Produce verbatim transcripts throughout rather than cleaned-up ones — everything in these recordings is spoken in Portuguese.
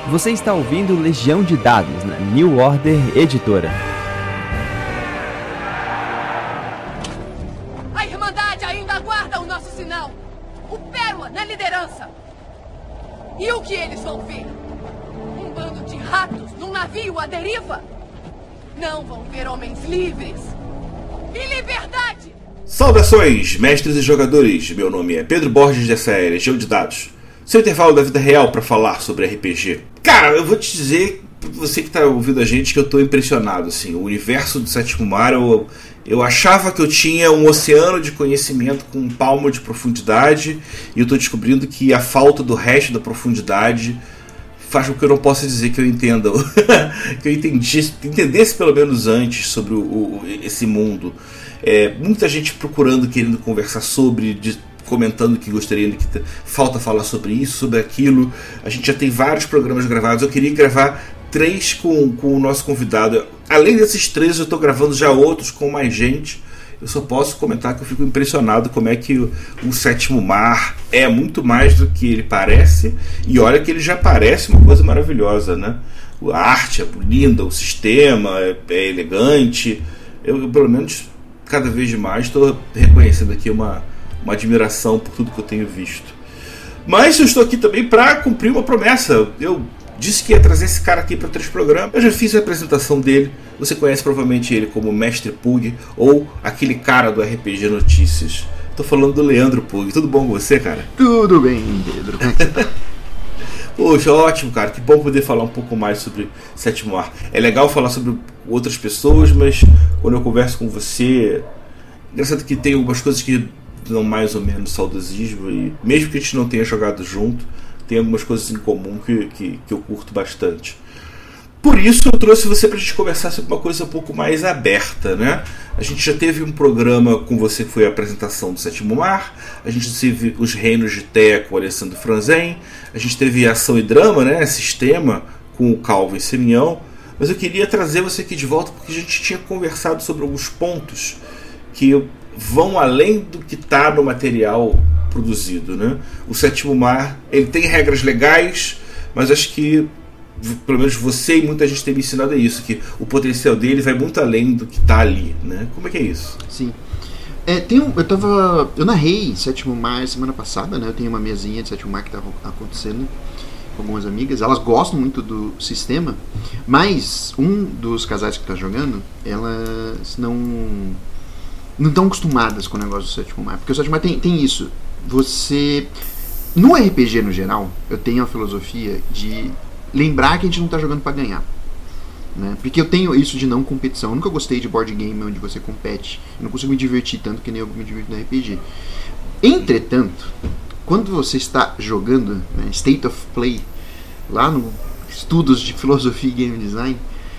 Você está ouvindo Legião de Dados na New Order Editora. A Irmandade ainda aguarda o nosso sinal. O Pérola na liderança. E o que eles vão ver? Um bando de ratos num navio à deriva? Não vão ver homens livres. E liberdade! Saudações, mestres e jogadores. Meu nome é Pedro Borges dessa é Legião de Dados. Seu intervalo da vida real para falar sobre R P G. Cara, eu vou te dizer, você que tá ouvindo a gente, que eu tô impressionado, assim. O universo do Sétimo Mar, eu, eu achava que eu tinha um oceano de conhecimento com um palmo de profundidade, e eu tô descobrindo que a falta do resto da profundidade faz com que eu não possa dizer que eu entenda, que eu entendi, entendesse pelo menos antes sobre o, o, esse mundo. É, muita gente procurando, querendo conversar sobre, de, comentando que gostaria de que t- falta falar sobre isso, sobre aquilo. A gente já tem vários programas gravados. Eu queria gravar três com, com o nosso convidado. Além desses três, eu estou gravando já outros com mais gente. Eu só posso comentar que eu fico impressionado como é que o, o Sétimo Mar é muito mais do que ele parece. E olha que ele já parece uma coisa maravilhosa, né? A arte é linda, o sistema é, é elegante. Eu, eu, pelo menos, cada vez mais estou reconhecendo aqui uma uma admiração por tudo que eu tenho visto. Mas eu estou aqui também para cumprir uma promessa. Eu disse que ia trazer esse cara aqui para três programas. Eu já fiz a apresentação dele. Você conhece provavelmente ele como Mestre Pug ou aquele cara do R P G Notícias. Estou falando do Leandro Pug. Tudo bom com você, cara? Tudo bem, Pedro. Como é que você tá? Poxa, ótimo, cara. Que bom poder falar um pouco mais sobre Sétimo Mar. É legal falar sobre outras pessoas, mas quando eu converso com você... Engraçado que tem algumas coisas que dão mais ou menos saudosismo, e mesmo que a gente não tenha jogado junto, tem algumas coisas em comum que, que, que eu curto bastante. Por isso eu trouxe você pra gente conversar sobre uma coisa um pouco mais aberta, né? A gente já teve um programa com você que foi a apresentação do Sétimo Mar, a gente teve os Reinos de Terra com o Alessandro Franzen, a gente teve Ação e Drama, né? Sistema com o Calvin Semião, mas eu queria trazer você aqui de volta porque a gente tinha conversado sobre alguns pontos que eu vão além do que está no material produzido, né? O Sétimo Mar, ele tem regras legais, mas acho que pelo menos você e muita gente tem me ensinado é isso, que o potencial dele vai muito além do que está ali, né? Como é que é isso? Sim. É, tem um, eu tava. Eu narrei Sétimo Mar semana passada, né? Eu tenho uma mesinha de Sétimo Mar que estava acontecendo com algumas amigas. Elas gostam muito do sistema, mas um dos casais que está jogando, elas não. não estão acostumadas com o negócio do Sétimo Mar. Porque o Sétimo Mar tem, tem isso. Você... No R P G, no geral, eu tenho a filosofia de lembrar que a gente não está jogando para ganhar. Né? Porque eu tenho isso de não competição. Eu nunca gostei de board game onde você compete. Eu não consigo me divertir tanto que nem eu me divirto no R P G. Entretanto, quando você está jogando, né, State of Play, lá no estudos de filosofia e game design,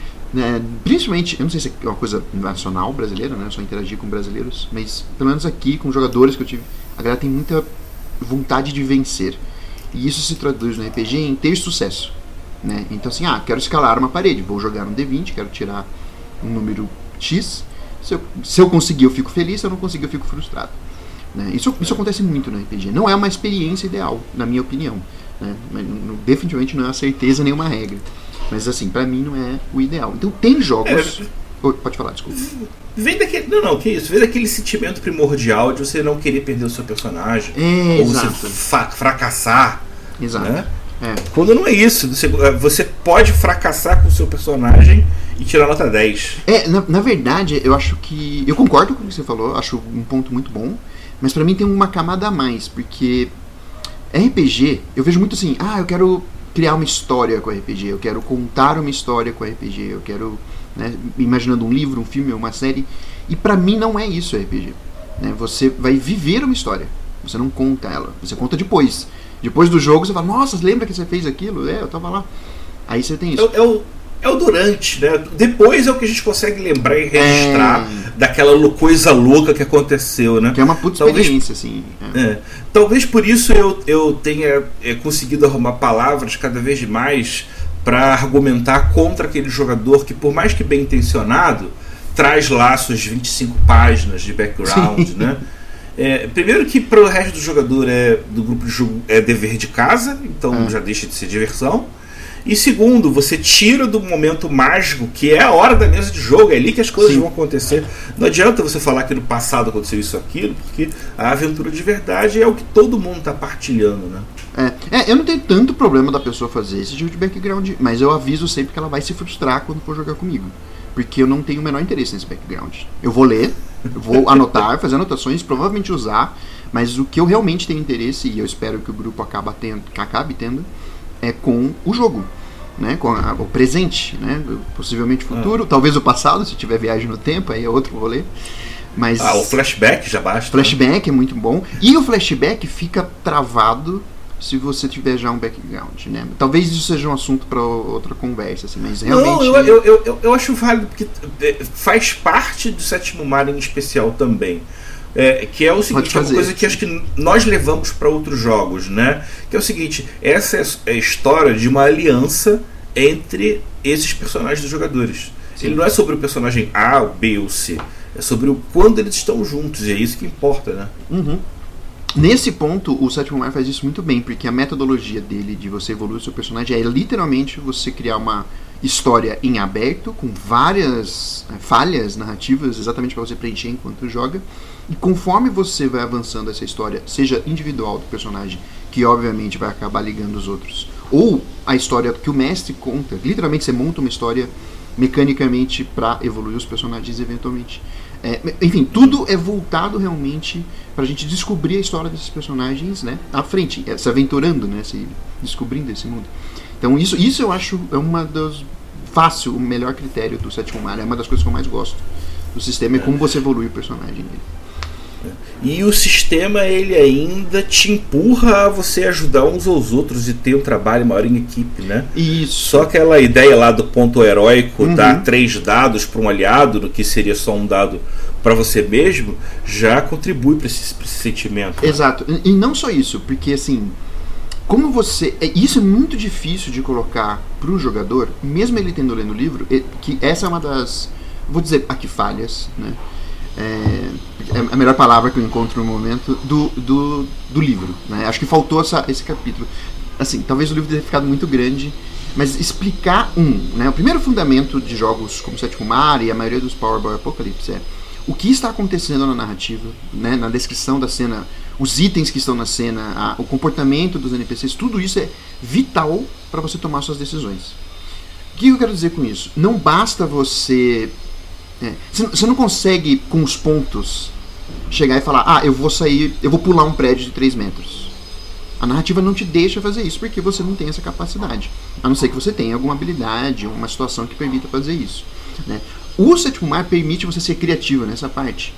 É, principalmente, eu não sei se é uma coisa nacional brasileira, né? Eu só interagir com brasileiros, mas pelo menos aqui, com jogadores que eu tive, a galera tem muita vontade de vencer. E isso se traduz no R P G em ter sucesso, né? Então assim, ah, quero escalar uma parede, vou jogar um D vinte, quero tirar um número X. Se eu, se eu conseguir, eu fico feliz, se eu não conseguir, eu fico frustrado. Né? Isso, isso acontece muito no R P G. Não é uma experiência ideal, na minha opinião. Né? Mas, no, definitivamente não é uma certeza nem uma regra. Mas assim, pra mim não é o ideal. Então tem jogos... É, oh, pode falar, desculpa. Vem daquele... Não, não, que isso? Vem daquele sentimento primordial de você não querer perder o seu personagem. É, ou exato. você fa- fracassar. Exato. Né? É. Quando não é isso. Você, você pode fracassar com o seu personagem e tirar nota dez. É, na, na verdade, eu acho que... Eu concordo com o que você falou, acho um ponto muito bom. Mas pra mim tem uma camada a mais, porque R P G, eu vejo muito assim, ah, eu quero criar uma história com R P G, eu quero contar uma história com R P G, eu quero, né, imaginando um livro, um filme, uma série, e pra mim não é isso R P G, né? Você vai viver uma história, você não conta ela, você conta depois, depois do jogo você fala, nossa, lembra que você fez aquilo? É, eu tava lá, aí você tem isso. É, é, o, é o durante, né? Depois é o que a gente consegue lembrar e registrar é... daquela coisa louca que aconteceu, né? Que é uma puta Talvez... experiência, assim. É. É. Talvez por isso eu, eu tenha é, conseguido arrumar palavras cada vez mais para argumentar contra aquele jogador que, por mais que bem intencionado, traz lá suas vinte e cinco páginas de background, né? É, primeiro que para o resto do jogador é, do grupo de jogo é dever de casa, então é. já deixa de ser diversão. E segundo, você tira do momento mágico, que é a hora da mesa de jogo, é ali que as coisas Sim. vão acontecer. Não adianta você falar que no passado aconteceu isso aquilo, porque a aventura de verdade é o que todo mundo está partilhando, né? É, é, eu não tenho tanto problema da pessoa fazer esse tipo de background, mas eu aviso sempre que ela vai se frustrar quando for jogar comigo. Porque eu não tenho o menor interesse nesse background. Eu vou ler, eu vou anotar, fazer anotações, provavelmente usar, mas o que eu realmente tenho interesse, e eu espero que o grupo acaba tendo, que acabe tendo, é com o jogo, né? Com a, o presente, né? Possivelmente o futuro, ah. talvez o passado, se tiver viagem no tempo, aí é outro rolê. Mas ah, o flashback já basta. Flashback né? é muito bom. E o flashback fica travado se você tiver já um background, né? Talvez isso seja um assunto para outra conversa, assim, mas realmente... Não, eu, eu, eu, eu acho válido, porque faz parte do Sétimo Mar em especial também. É, que é o seguinte, é uma coisa que acho que nós levamos para outros jogos, né? Que é o seguinte, essa é a história de uma aliança entre esses personagens dos jogadores. Sim. Ele não é sobre o personagem A, B ou C, é sobre o quando eles estão juntos, e é isso que importa, né? Uhum. Nesse ponto, o Sétimo Mar faz isso muito bem, porque a metodologia dele de você evoluir o seu personagem é literalmente você criar uma história em aberto, com várias é, falhas narrativas, exatamente para você preencher enquanto joga. E conforme você vai avançando essa história, seja individual do personagem, que obviamente vai acabar ligando os outros, ou a história que o mestre conta, literalmente você monta uma história mecanicamente para evoluir os personagens eventualmente. É, enfim, tudo é voltado realmente pra gente descobrir a história desses personagens, né, à frente, se aventurando, né, se descobrindo esse mundo. Então isso, isso eu acho é uma das fácil, o melhor critério do Sétimo Mar, é uma das coisas que eu mais gosto do sistema, é como você evolui o personagem dele. E o sistema, ele ainda te empurra a você ajudar uns aos outros e ter um trabalho maior em equipe, né? Isso. Só aquela ideia lá do ponto heróico, uhum. dar três dados para um aliado, no que seria só um dado para você mesmo, já contribui para esse, esse sentimento. Exato. Né? E não só isso, porque assim, como você... Isso é muito difícil de colocar para o jogador, mesmo ele tendo lendo o livro, que essa é uma das... Vou dizer aqui falhas, né? É, é a melhor palavra que eu encontro no momento do, do, do livro, né? Acho que faltou essa, esse capítulo. Assim, talvez o livro tenha ficado muito grande, mas explicar um, né? O primeiro fundamento de jogos como Sétimo Mar e a maioria dos Powerball Apocalypse é o que está acontecendo na narrativa, né? Na descrição da cena, os itens que estão na cena, a, o comportamento dos N P Cs, tudo isso é vital para você tomar suas decisões. O que eu quero dizer com isso? Não basta você... É, você não consegue, com os pontos, chegar e falar, ah, eu vou sair, eu vou pular um prédio de três metros. A narrativa não te deixa fazer isso, porque você não tem essa capacidade. A não ser que você tenha alguma habilidade, uma situação que permita fazer isso, né? O Sétimo Mar permite você ser criativo nessa parte.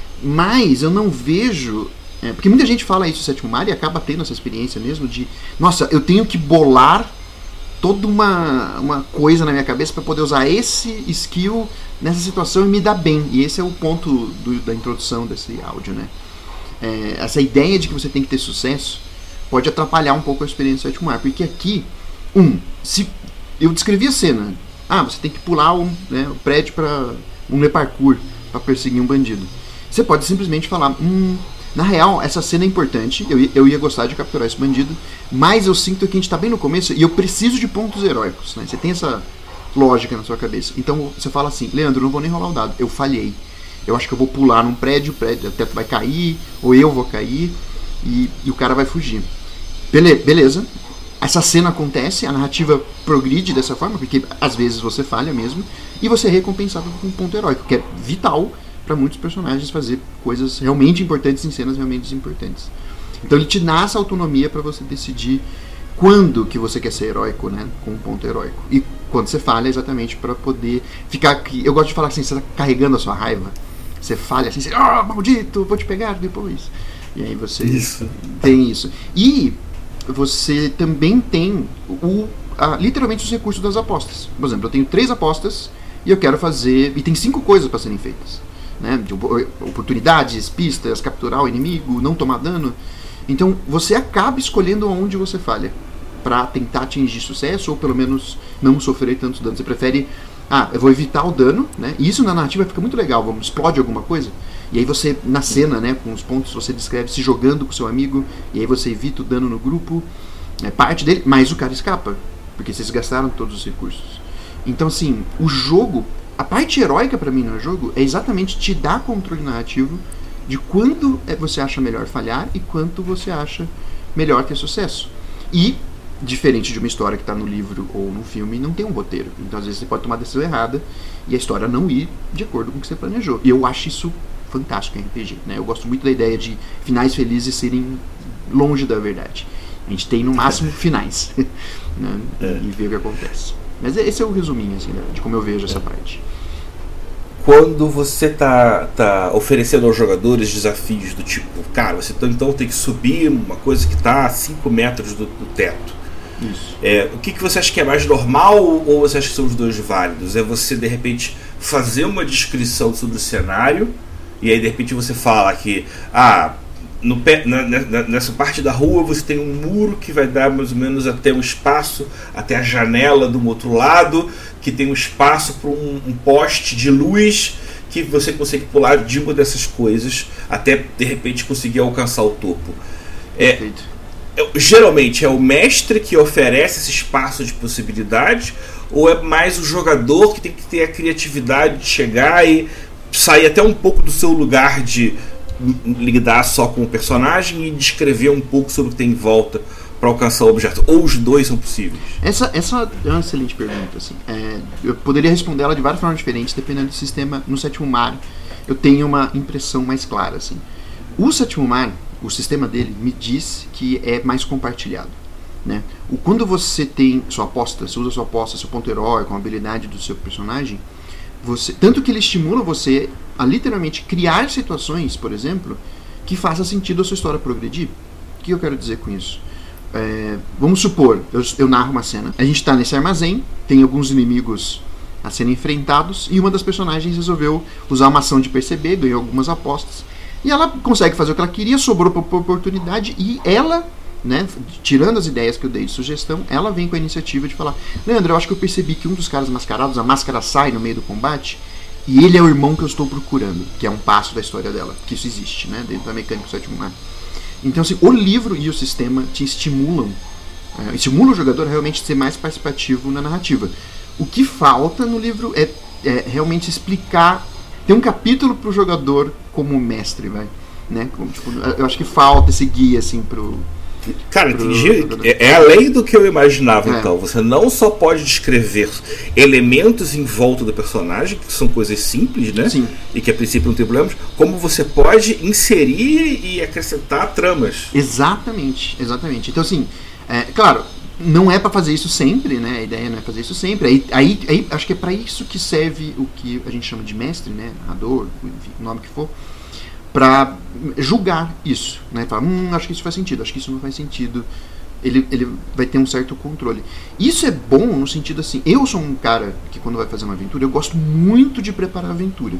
Mas eu não vejo... É, porque muita gente fala isso no Sétimo Mar e acaba tendo essa experiência mesmo de, nossa, eu tenho que bolar toda uma, uma coisa na minha cabeça para poder usar esse skill nessa situação e me dar bem. E esse é o ponto do, da introdução desse áudio, né? É, essa ideia de que você tem que ter sucesso pode atrapalhar um pouco a experiência do Sétimo Mar, porque aqui, um, se eu descrevi a cena, ah, você tem que pular um, né, o prédio para um le parkour para perseguir um bandido. Você pode simplesmente falar, hum, na real, essa cena é importante, eu, eu ia gostar de capturar esse bandido, mas eu sinto que a gente está bem no começo e eu preciso de pontos heróicos, né? Você tem essa lógica na sua cabeça. Então você fala assim, Leandro, não vou nem rolar o dado, eu falhei. Eu acho que eu vou pular num prédio, o prédio, o teto vai cair, ou eu vou cair, e, e o cara vai fugir. Bele, beleza, essa cena acontece, a narrativa progride dessa forma, porque às vezes você falha mesmo, e você é recompensado com um ponto heróico, que é vital para muitos personagens fazer coisas realmente importantes em cenas realmente importantes. Então ele te dá essa autonomia para você decidir quando que você quer ser heróico, né, com um ponto heróico. E quando você falha, exatamente para poder ficar aqui. Eu gosto de falar assim, você está carregando a sua raiva, você falha assim, você, ah, maldito, vou te pegar depois. E aí você isso. tem isso. E você também tem o, a, literalmente os recursos das apostas. Por exemplo, eu tenho três apostas e eu quero fazer... E tem cinco coisas para serem feitas, né? De oportunidades, pistas, capturar o inimigo, não tomar dano. Então você acaba escolhendo onde você falha para tentar atingir sucesso ou pelo menos não sofrer tantos danos. Você prefere, ah, eu vou evitar o dano, né? E isso na narrativa fica muito legal. Vamos, explode alguma coisa e aí você, na cena, né, com os pontos, você descreve se jogando com seu amigo e aí você evita o dano no grupo, é parte dele, mas o cara escapa. porque vocês gastaram todos os recursos. Então, assim, o jogo, a parte heróica pra mim no jogo é exatamente te dar controle narrativo de quando você acha melhor falhar e quanto você acha melhor ter sucesso. E, diferente de uma história que está no livro ou no filme, não tem um roteiro. Então, às vezes, você pode tomar a decisão errada e a história não ir de acordo com o que você planejou. E eu acho isso fantástico em R P G, né? Eu gosto muito da ideia de finais felizes serem longe da verdade. A gente tem, no máximo, finais. Né? É. E ver o que acontece. Mas esse é o resuminho, assim, né? De como eu vejo essa é. parte. Quando você tá, tá oferecendo aos jogadores desafios do tipo, cara, você então tem que subir uma coisa que está a cinco metros do, do teto. Isso. É, o que, que você acha que é mais normal ou você acha que são os dois válidos? É você, de repente, fazer uma descrição sobre o cenário e aí, de repente, você fala que ah, no pé, na, na, nessa parte da rua você tem um muro que vai dar mais ou menos até um espaço, até a janela do outro lado, que tem um espaço para um, um poste de luz que você consegue pular de uma dessas coisas até, de repente, conseguir alcançar o topo. É, é, geralmente é o mestre que oferece esse espaço de possibilidade ou é mais o jogador que tem que ter a criatividade de chegar e sair até um pouco do seu lugar de lidar só com o personagem e descrever um pouco sobre o que tem em volta para alcançar o objeto? Ou os dois são possíveis? Essa, essa é uma excelente pergunta. Assim. É, eu poderia responder ela de várias formas diferentes, dependendo do sistema. No Sétimo Mar, eu tenho uma impressão mais clara. Assim. O Sétimo Mar, o sistema dele, me diz que é mais compartilhado. Né? O, quando você tem sua aposta, você usa sua aposta, seu ponto heróico, a habilidade do seu personagem, você, tanto que ele estimula você a literalmente criar situações, por exemplo, que faça sentido a sua história progredir. O que eu quero dizer com isso? É, vamos supor, eu, eu narro uma cena. A gente está nesse armazém, tem alguns inimigos a serem enfrentados e uma das personagens resolveu usar uma ação de perceber, ganhou algumas apostas e ela consegue fazer o que ela queria, sobrou para a oportunidade e ela, né, tirando as ideias que eu dei de sugestão, ela vem com a iniciativa de falar: Leandro, eu acho que eu percebi que um dos caras mascarados, a máscara sai no meio do combate e ele é o irmão que eu estou procurando, que é um passo da história dela, que isso existe, né, dentro da mecânica do Sétimo Mar. Então, assim, o livro e o sistema te estimulam, é, estimulam o jogador a realmente ser mais participativo na narrativa. O que falta no livro é, é realmente explicar. Tem um capítulo para o jogador como mestre, vai, né? Como, tipo, eu acho que falta esse guia assim pro. Cara, entendi. É, é além do que eu imaginava, é. Então. Você não só pode descrever elementos em volta do personagem, que são coisas simples, né? Sim. E que a princípio não tem problemas, como você pode inserir e acrescentar tramas. Exatamente, exatamente. Então, assim, é, claro, não é para fazer isso sempre, né? A ideia não é fazer isso sempre. Aí, aí, aí acho que é para isso que serve o que a gente chama de mestre, né? Narrador, enfim, o nome que for. Para julgar isso, né? Falar, hum, acho que isso faz sentido, acho que isso não faz sentido. Ele, ele vai ter um certo controle. Isso é bom no sentido assim, eu sou um cara que quando vai fazer uma aventura, eu gosto muito de preparar a aventura,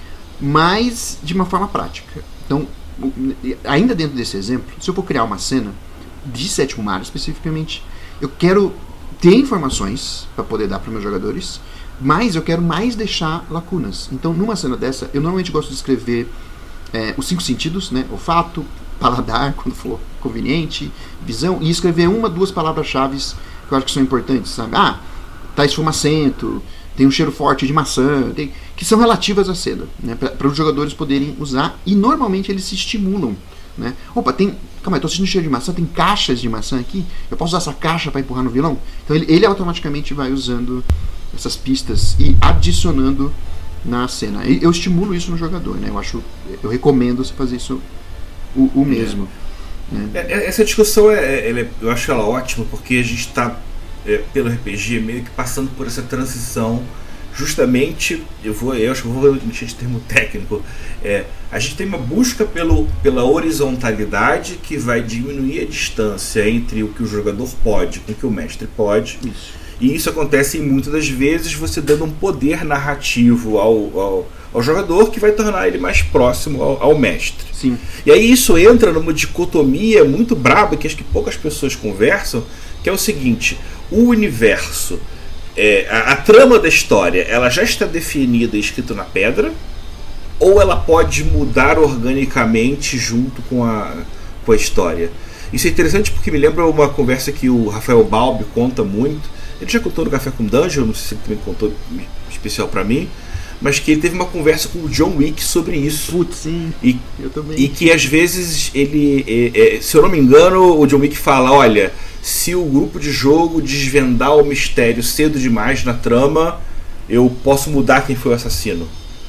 mas de uma forma prática. Então, ainda dentro desse exemplo, se eu for criar uma cena de Sétimo Mar especificamente, eu quero ter informações para poder dar para meus jogadores, mas eu quero mais deixar lacunas. Então, numa cena dessa, eu normalmente gosto de escrever É, os cinco sentidos, né? Olfato, paladar, quando for conveniente, visão, e escrever uma, duas palavras-chave que eu acho que são importantes, sabe? Ah, tá esfumacento, tem um cheiro forte de maçã, tem, que são relativas à cena, né? Para os jogadores poderem usar, e normalmente eles se estimulam, né? Opa, tem, calma aí, tô sentindo cheiro de maçã, tem caixas de maçã aqui, eu posso usar essa caixa para empurrar no vilão? Então ele, ele automaticamente vai usando essas pistas e adicionando na cena. Eu estimulo isso no jogador, né? Eu acho, eu recomendo você fazer isso o, o mesmo. É. Né? Essa discussão é, é, eu acho ela ótima porque a gente está é, pelo R P G meio que passando por essa transição. Justamente, eu vou, eu acho que vou mexer de termo técnico. É, a gente tem uma busca pelo, pela horizontalidade que vai diminuir a distância entre o que o jogador pode com o que o mestre pode. Isso. E isso acontece muitas das vezes você dando um poder narrativo ao, ao, ao jogador que vai tornar ele mais próximo ao, ao mestre. Sim. E aí isso entra numa dicotomia muito braba que acho que poucas pessoas conversam, que é o seguinte: o universo, é, a, a trama da história, ela já está definida e escrita na pedra, ou ela pode mudar organicamente junto com a, com a história? Isso é interessante porque me lembra uma conversa que o Rafael Balbi conta muito, ele já contou no Café com Dungeon, não sei se ele também contou especial pra mim, mas que ele teve uma conversa com o John Wick sobre isso. Putz, sim, e, eu também. E que às vezes ele, é, é, se eu não me engano, o John Wick fala, olha, se o grupo de jogo desvendar o mistério cedo demais na trama, eu posso mudar quem foi o assassino.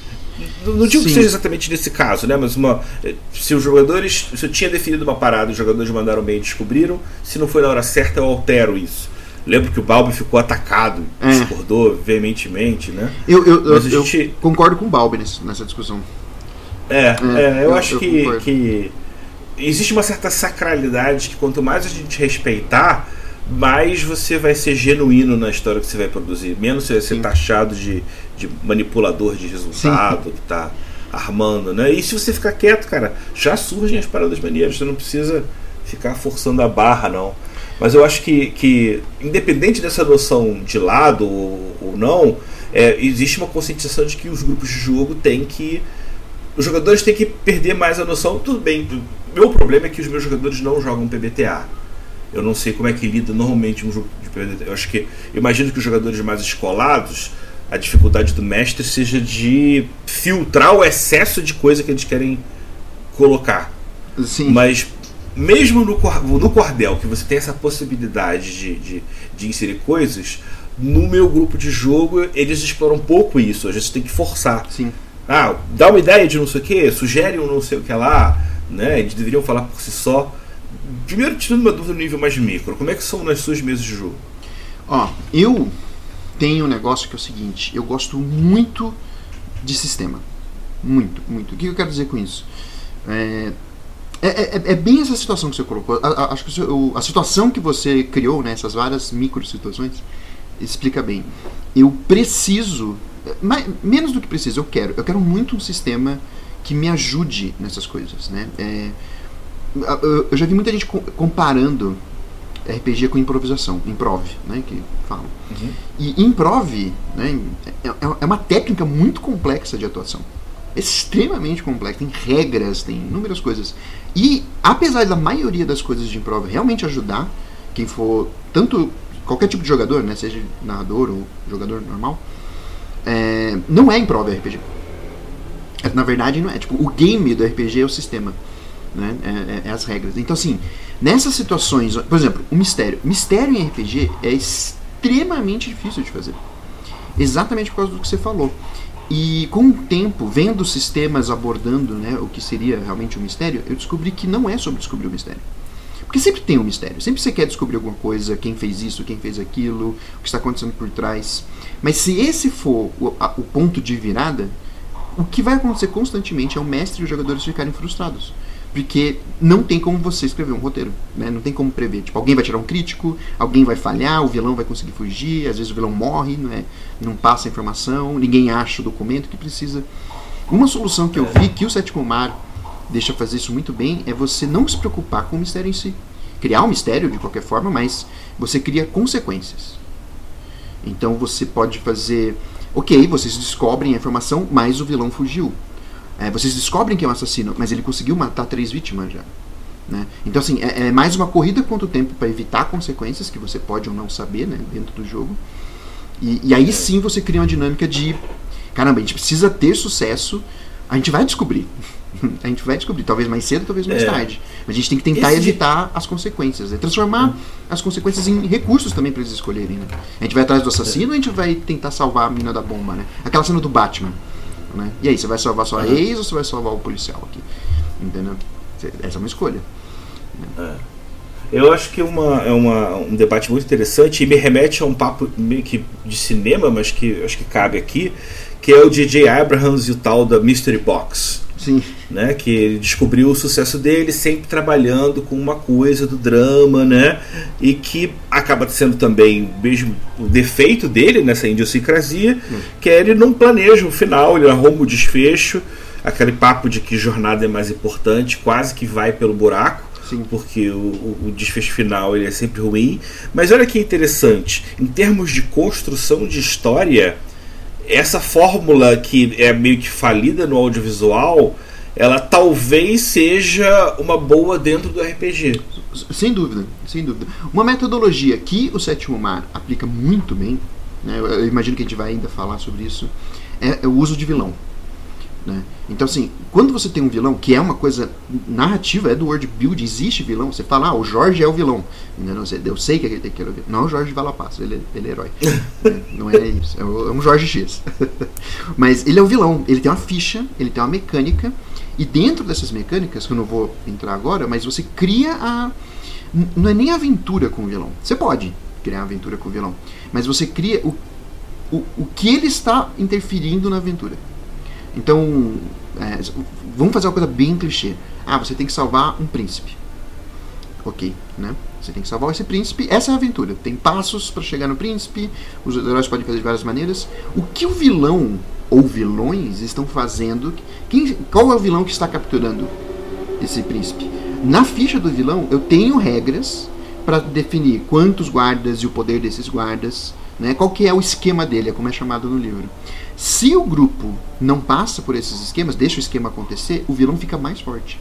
Não digo Sim. que seja exatamente nesse caso, né? Mas uma, se os jogadores, se eu tinha definido uma parada, os jogadores mandaram bem e descobriram, se não foi na hora certa, eu altero isso. Lembro que o Balbi ficou atacado, é. discordou veementemente, né? Eu, eu, Mas eu, a gente... eu concordo com o Balbi nessa discussão. É, é, é eu, eu acho eu que, que existe uma certa sacralidade que quanto mais a gente respeitar, mais você vai ser genuíno na história que você vai produzir. Menos você vai ser Sim. taxado de, de manipulador de resultado, Sim. que tá armando, né? E se você ficar quieto, cara, já surgem as paradas maneiras. Você não precisa ficar forçando a barra, não. Mas eu acho que, que independente dessa noção de lado ou, ou não, é, existe uma conscientização de que os grupos de jogo têm que... Os jogadores têm que perder mais a noção. Tudo bem, meu problema é que os meus jogadores não jogam P B T A. Eu não sei como é que lida normalmente um jogo de P B T A. Eu acho que, eu imagino que os jogadores mais escolados, a dificuldade do mestre seja de filtrar o excesso de coisa que eles querem colocar. Sim. Mas mesmo no, no cordel, que você tem essa possibilidade de, de, de inserir coisas, no meu grupo de jogo eles exploram um pouco isso. A gente tem que forçar. Sim. Ah, dá uma ideia de não sei o que, sugere um não sei o que lá, né? Eles deveriam falar por si só. Primeiro, tirando uma dúvida no nível mais micro, como é que são nas suas mesas de jogo? Ó, eu tenho um negócio que é o seguinte, eu gosto muito de sistema. Muito, muito. O que eu quero dizer com isso? É, é, é, é bem essa situação que você colocou. A, a, acho que a situação que você criou, né, essas várias micro situações, explica bem. Eu preciso, mais, menos do que preciso, eu quero. Eu quero muito um sistema que me ajude nessas coisas, né? É, eu já vi muita gente comparando R P G com improvisação, improv, né, que falam. Uhum. E improv, né, é uma técnica muito complexa de atuação. Extremamente complexa, tem regras, tem inúmeras coisas. E apesar da maioria das coisas de improv realmente ajudar quem for, tanto qualquer tipo de jogador, né, seja narrador ou jogador normal, é, não é improv R P G. Na verdade não é, tipo, o game do R P G é o sistema. Né? É, é, é as regras. Então, assim, nessas situações, por exemplo, o mistério. Mistério em R P G é extremamente difícil de fazer. Exatamente por causa do que você falou. E com o tempo, vendo sistemas abordando, né, o que seria realmente um mistério, eu descobri que não é sobre descobrir o mistério. Porque sempre tem um mistério. Sempre você quer descobrir alguma coisa, quem fez isso, quem fez aquilo, o que está acontecendo por trás. Mas se esse for o, a, o ponto de virada, o que vai acontecer constantemente é o mestre e os jogadores ficarem frustrados. Porque não tem como você escrever um roteiro, né? Não tem como prever. Tipo, alguém vai tirar um crítico, alguém vai falhar, o vilão vai conseguir fugir, às vezes o vilão morre, não, é? Não passa a informação, ninguém acha o documento que precisa. Uma solução que eu vi que o Sétimo Mar deixa fazer isso muito bem é você não se preocupar com o mistério em si. Criar um mistério de qualquer forma, mas você cria consequências. Então você pode fazer... Ok, vocês descobrem a informação, mas o vilão fugiu. É, vocês descobrem que é um assassino, mas ele conseguiu matar três vítimas já. Né? Então, assim, é, é mais uma corrida contra o tempo para evitar consequências que você pode ou não saber, né, dentro do jogo. E, e aí sim você cria uma dinâmica de... Caramba, a gente precisa ter sucesso, a gente vai descobrir. A gente vai descobrir, talvez mais cedo, talvez mais é. tarde. Mas a gente tem que tentar Esse evitar de... as consequências. Né? Transformar hum. as consequências em recursos também para eles escolherem. Né? A gente vai atrás do assassino, é. a gente vai tentar salvar a mina da bomba. Né? Aquela cena do Batman. Né? E aí, você vai salvar sua uhum. ex ou você vai salvar o policial aqui? Entendeu? Essa é uma escolha. É. Eu acho que uma, é uma, um debate muito interessante e me remete a um papo meio que de cinema, mas que acho que cabe aqui, que é o J J Abrams e o tal da Mystery Box. Sim. Né, que ele descobriu o sucesso dele sempre trabalhando com uma coisa do drama, né, e que acaba sendo também mesmo o defeito dele nessa idiosincrasia, hum. que é ele não planeja o final, ele arruma o desfecho, aquele papo de que jornada é mais importante, quase que vai pelo buraco. Sim. Porque o, o, o desfecho final ele é sempre ruim. Mas olha que interessante, em termos de construção de história, essa fórmula que é meio que falida no audiovisual, ela talvez seja uma boa dentro do R P G. Sem dúvida, sem dúvida. Uma metodologia que o Sétimo Mar aplica muito bem, né, eu imagino que a gente vai ainda falar sobre isso, é, é o uso de vilão. Né? Então, assim, quando você tem um vilão, que é uma coisa narrativa, é do world build, existe vilão, você fala, ah, o Jorge é o vilão. Não, eu sei que ele tem que ser o vilão. Não é o Jorge Valapasso, ele, ele é herói. É, não é isso, é um Jorge X. Mas ele é o vilão, ele tem uma ficha, ele tem uma mecânica, e dentro dessas mecânicas, que eu não vou entrar agora, mas você cria a... Não é nem a aventura com o vilão. Você pode criar a aventura com o vilão, mas você cria o, o, o que ele está interferindo na aventura. Então, é, vamos fazer uma coisa bem clichê. Ah, você tem que salvar um príncipe. Ok, né? Você tem que salvar esse príncipe. Essa é a aventura. Tem passos para chegar no príncipe. Os heróis podem fazer de várias maneiras. O que o vilão ou vilões estão fazendo? Quem, qual é o vilão que está capturando esse príncipe? Na ficha do vilão, eu tenho regras para definir quantos guardas e o poder desses guardas. Né? Qual que é o esquema dele, é como é chamado no livro. Se o grupo não passa por esses esquemas, deixa o esquema acontecer, o vilão fica mais forte.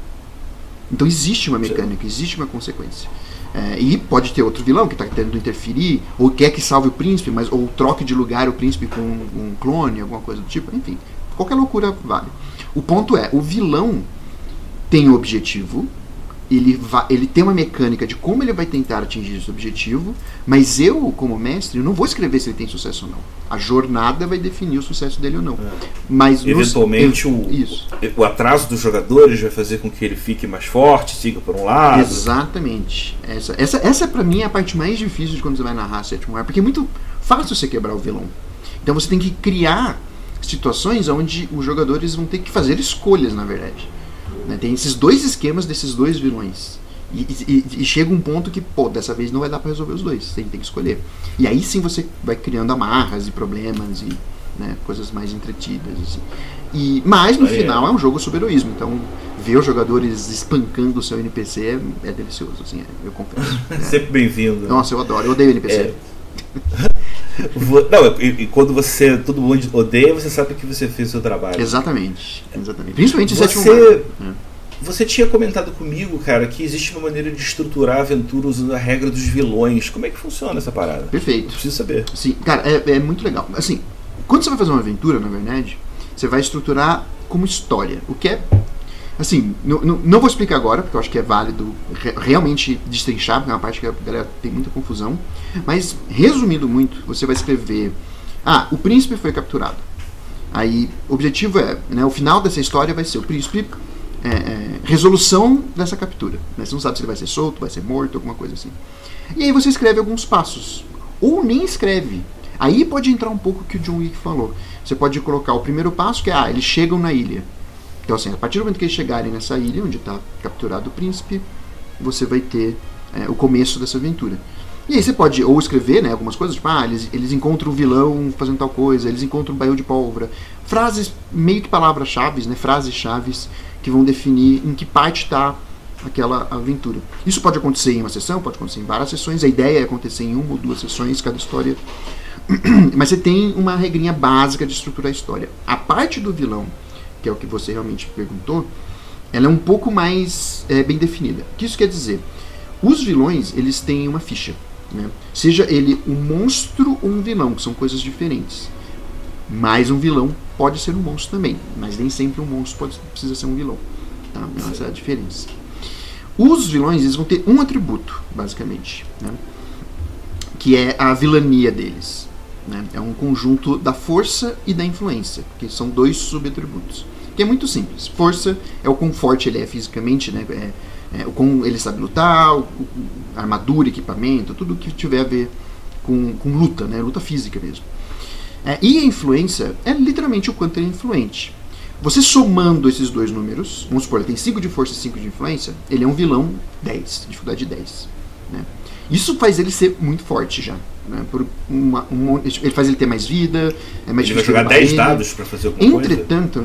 Então existe uma mecânica, existe uma consequência. É, e pode ter outro vilão que está tentando interferir, ou quer que salve o príncipe, mas, ou troque de lugar o príncipe com um, um clone, alguma coisa do tipo. Enfim, qualquer loucura vale. O ponto é, o vilão tem um objetivo, ele, vai, ele tem uma mecânica de como ele vai tentar atingir esse objetivo, mas eu, como mestre, não vou escrever se ele tem sucesso ou não. A jornada vai definir o sucesso dele ou não. É. Mas eventualmente nos, o, isso. o atraso dos jogadores vai fazer com que ele fique mais forte, siga por um lado. Exatamente. Essa, essa, essa pra mim é a parte mais difícil de quando você vai narrar Sétimo Mar, porque é muito fácil você quebrar o vilão. Então você tem que criar situações onde os jogadores vão ter que fazer escolhas, na verdade. Tem esses dois esquemas desses dois vilões. E, e, e chega um ponto que, pô, dessa vez não vai dar pra resolver os dois. Você tem que escolher. E aí sim você vai criando amarras e problemas e, né, coisas mais entretidas. Assim. E, mas no aí final é. é um jogo sobre heroísmo. Então ver os jogadores espancando o seu N P C é, é delicioso, assim, é, eu confesso. É. Sempre bem-vindo. Nossa, eu adoro. Eu odeio N P C. É. Não, e, e quando você todo mundo odeia, você sabe que você fez o seu trabalho. Exatamente, exatamente. Principalmente em você, sétimo mar. Você tinha comentado comigo, cara, que existe uma maneira de estruturar a aventura usando a regra dos vilões. Como é que funciona essa parada? Perfeito. Eu preciso saber. Sim, cara, é, é muito legal. Assim, quando você vai fazer uma aventura, na verdade, você vai estruturar como história. O que é... Assim, não, não, não vou explicar agora, porque eu acho que é válido re, realmente destrinchar, porque é uma parte que a galera tem muita confusão. Mas, resumindo muito, você vai escrever... Ah, o príncipe foi capturado. Aí, o objetivo é... Né, o final dessa história vai ser o príncipe... É, é, resolução dessa captura. Né? Você não sabe se ele vai ser solto, vai ser morto, alguma coisa assim. E aí você escreve alguns passos. Ou nem escreve. Aí pode entrar um pouco o que o John Wick falou. Você pode colocar o primeiro passo, que é, ah, eles chegam na ilha. Então assim, a partir do momento que eles chegarem nessa ilha, onde está capturado o príncipe, você vai ter é, o começo dessa aventura. E aí você pode ou escrever, né, algumas coisas, tipo, ah, eles, eles encontram o vilão fazendo tal coisa, eles encontram um barril de pólvora. Frases, meio que palavras-chave, né, frases-chaves, que vão definir em que parte está aquela aventura. Isso pode acontecer em uma sessão, pode acontecer em várias sessões, a ideia é acontecer em uma ou duas sessões, cada história. Mas você tem uma regrinha básica de estruturar a história. A parte do vilão, que é o que você realmente perguntou, ela é um pouco mais é, bem definida. O que isso quer dizer? Os vilões, eles têm uma ficha. Né? Seja ele um monstro ou um vilão, que são coisas diferentes. Mas um vilão pode ser um monstro também, mas nem sempre um monstro pode, precisa ser um vilão. Tá? Essa é a diferença. Os vilões, eles vão ter um atributo, basicamente, né? Que é a vilania deles. Né? É um conjunto da força e da influência, que são dois subatributos. Que é muito simples. Força é o quão forte ele é fisicamente, né? é, é, o quão ele sabe lutar, o, o, armadura, equipamento, tudo que tiver a ver com, com luta, né? Luta física mesmo. É, e a influência é literalmente o quanto ele é influente. Você somando esses dois números, vamos supor, ele tem cinco de força e cinco de influência, ele é um vilão dez, dificuldade dez. Né? Isso faz ele ser muito forte já. Né? Por uma, um, ele faz ele ter mais vida, é mais ele vai jogar dez dados para fazer alguma Entretanto,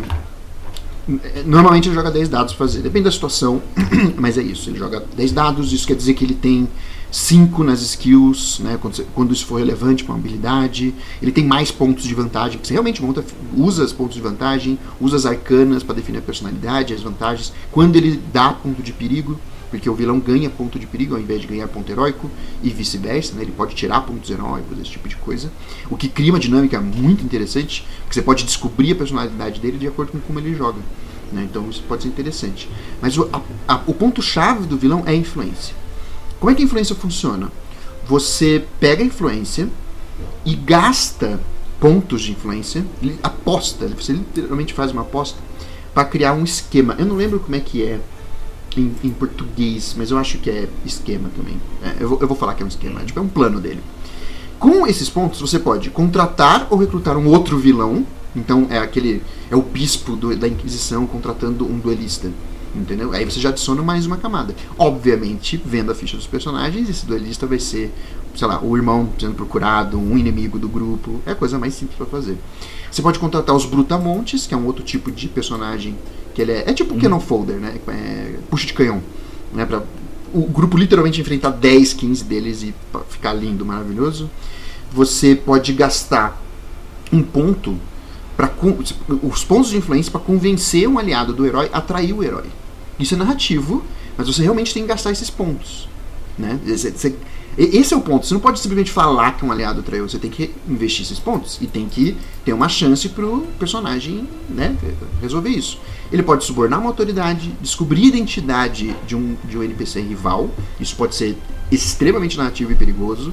coisa? Normalmente ele joga dez dados para fazer, depende da situação, mas é isso, ele joga dez dados, isso quer dizer que ele tem cinco nas skills, né, quando, quando isso for relevante para uma habilidade. Ele tem mais pontos de vantagem, porque você realmente monta, usa os pontos de vantagem, usa as arcanas para definir a personalidade, as vantagens. Quando ele dá ponto de perigo, porque o vilão ganha ponto de perigo ao invés de ganhar ponto heróico, e vice-versa, né? Ele pode tirar pontos heróicos, esse tipo de coisa, o que cria uma dinâmica muito interessante, porque você pode descobrir a personalidade dele de acordo com como ele joga, né? Então isso pode ser interessante. Mas o, a, a, o ponto-chave do vilão é a influência. Como é que a influência funciona? Você pega a influência e gasta pontos de influência, ele aposta, você literalmente faz uma aposta para criar um esquema. Eu não lembro como é que é em, em português, mas eu acho que é esquema também. É, eu, vou, eu vou falar que é um esquema, tipo, é um plano dele. Com esses pontos você pode contratar ou recrutar um outro vilão. Então é aquele é o bispo do, da Inquisição contratando um duelista, entendeu? Aí você já adiciona mais uma camada. Obviamente, vendo a ficha dos personagens, esse duelista vai ser, sei lá, o irmão sendo procurado, um inimigo do grupo. É a coisa mais simples para fazer. Você pode contratar os Brutamontes, que é um outro tipo de personagem, que ele é, é tipo um Cannon Folder, né? É, puxa de canhão, né? Pra o grupo literalmente enfrentar dez, quinze deles e ficar lindo, maravilhoso. Você pode gastar um ponto para os pontos de influência para convencer um aliado do herói a atrair o herói. Isso é narrativo, mas você realmente tem que gastar esses pontos, né? Você, esse é o ponto. Você não pode simplesmente falar que um aliado traiu. Você tem que investir esses pontos e tem que ter uma chance pro personagem, né, resolver isso. Ele pode subornar uma autoridade, descobrir a identidade de um, de um N P C rival. Isso pode ser extremamente narrativo e perigoso.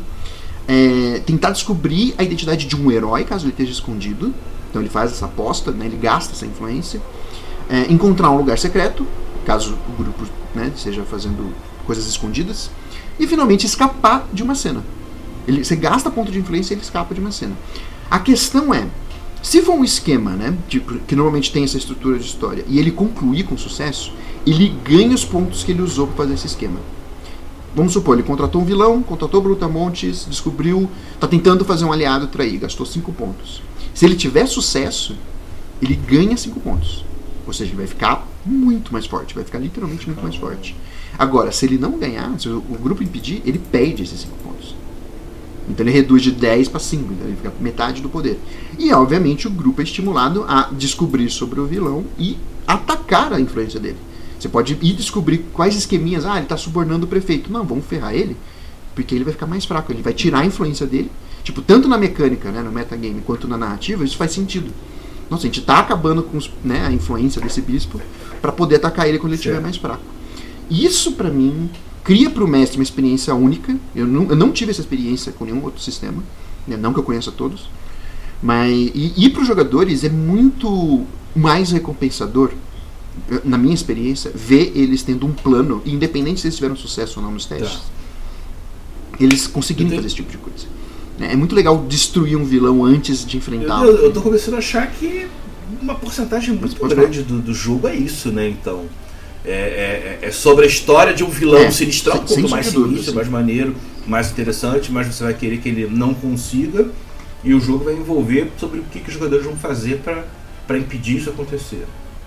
É, tentar descobrir a identidade de um herói, caso ele esteja escondido. Então ele faz essa aposta, né, ele gasta essa influência. É, encontrar um lugar secreto, caso o grupo, né, esteja fazendo coisas escondidas. E finalmente escapar de uma cena. Ele, você gasta ponto de influência e ele escapa de uma cena. A questão é, se for um esquema, né, de, que normalmente tem essa estrutura de história, e ele concluir com sucesso, ele ganha os pontos que ele usou para fazer esse esquema. Vamos supor, ele contratou um vilão, contratou Brutamontes, descobriu, está tentando fazer um aliado trair, gastou cinco pontos. Se ele tiver sucesso, ele ganha cinco pontos. Ou seja, ele vai ficar muito mais forte, vai ficar literalmente muito mais forte. Agora, se ele não ganhar, se o grupo impedir, ele perde esses cinco pontos. Então ele reduz de dez para cinco, então ele fica metade do poder. E, obviamente, o grupo é estimulado a descobrir sobre o vilão e atacar a influência dele. Você pode ir descobrir quais esqueminhas. Ah, ele está subornando o prefeito. Não, vamos ferrar ele, porque ele vai ficar mais fraco. Ele vai tirar a influência dele. Tipo, tanto na mecânica, né, no metagame, quanto na narrativa, isso faz sentido. Nossa, a gente está acabando com os, né, a influência desse bispo para poder atacar ele quando ele estiver mais fraco. Isso, pra mim, cria pro mestre uma experiência única. Eu não, eu não tive essa experiência com nenhum outro sistema, né? Não que eu conheça todos. Mas, e, e pros jogadores é muito mais recompensador, na minha experiência, ver eles tendo um plano, e independente se eles tiveram sucesso ou não nos testes, tá, eles conseguiram fazer esse tipo de coisa. É muito legal destruir um vilão antes de enfrentá-lo. Eu, eu tô começando a achar que uma porcentagem muito grande do, do jogo é isso, né? Então, é, é, é sobre a história de um vilão é, sinistrão. Quanto sem mais sinistro, mais maneiro, mais interessante, mais você vai querer que ele não consiga. E o jogo vai envolver sobre o que, que os jogadores vão fazer para impedir isso acontecer.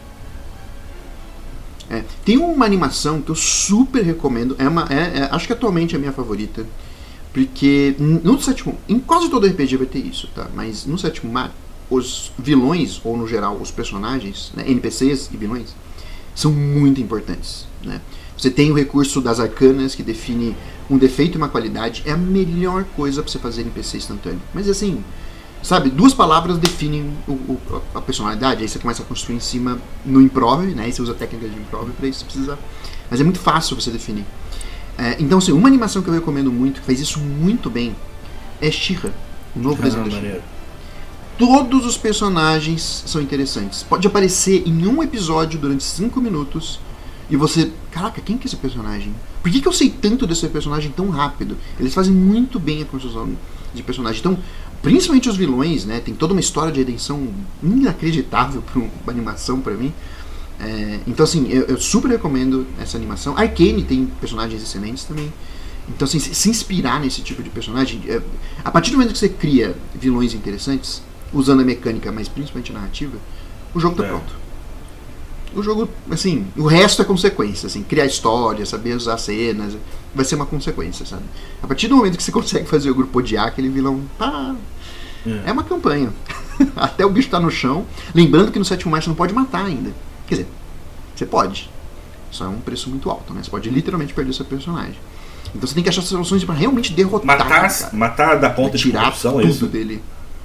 É, tem uma animação que eu super recomendo. É uma, é, é, acho que atualmente é a minha favorita. Porque no sétimo, em quase todo R P G vai ter isso, tá? Mas no sétimo mar, os vilões, ou no geral os personagens, né, N P Cs e vilões, são muito importantes, né? Você tem o recurso das arcanas, que define um defeito e uma qualidade. É a melhor coisa para você fazer N P C instantâneo. Mas assim, sabe, duas palavras definem o, o, a personalidade. Aí você começa a construir em cima no improv, né? Aí você usa técnicas de improv para isso, precisa. Mas é muito fácil você definir. É, então, assim, uma animação que eu recomendo muito, que faz isso muito bem, é She-Ra, o novo desenho da She-Ra. Todos os personagens são interessantes. Pode aparecer em um episódio durante cinco minutos e você... Caraca, quem que é esse personagem? Por que, que eu sei tanto desse personagem tão rápido? Eles fazem muito bem a construção de personagem. Então, principalmente os vilões, né? Tem toda uma história de redenção inacreditável para uma animação para mim. É, então, assim, eu, eu super recomendo essa animação. Arcane tem personagens excelentes também. Então, assim, se, se inspirar nesse tipo de personagem... É, a partir do momento que você cria vilões interessantes, usando a mecânica, mas principalmente a narrativa, o jogo tá é. pronto. O jogo, assim, o resto é consequência, assim, criar história, saber usar cenas, vai ser uma consequência, sabe? A partir do momento que você consegue fazer o grupo odiar aquele vilão, pá, é, é uma campanha. Até o bicho tá no chão. Lembrando que no sétimo mar você não pode matar ainda. Quer dizer, você pode, Isso é um preço muito alto, né? Você pode literalmente perder seu personagem. Então você tem que achar soluções para realmente derrotar. Matar, matar da ponta de corrupção, tudo é isso? dele.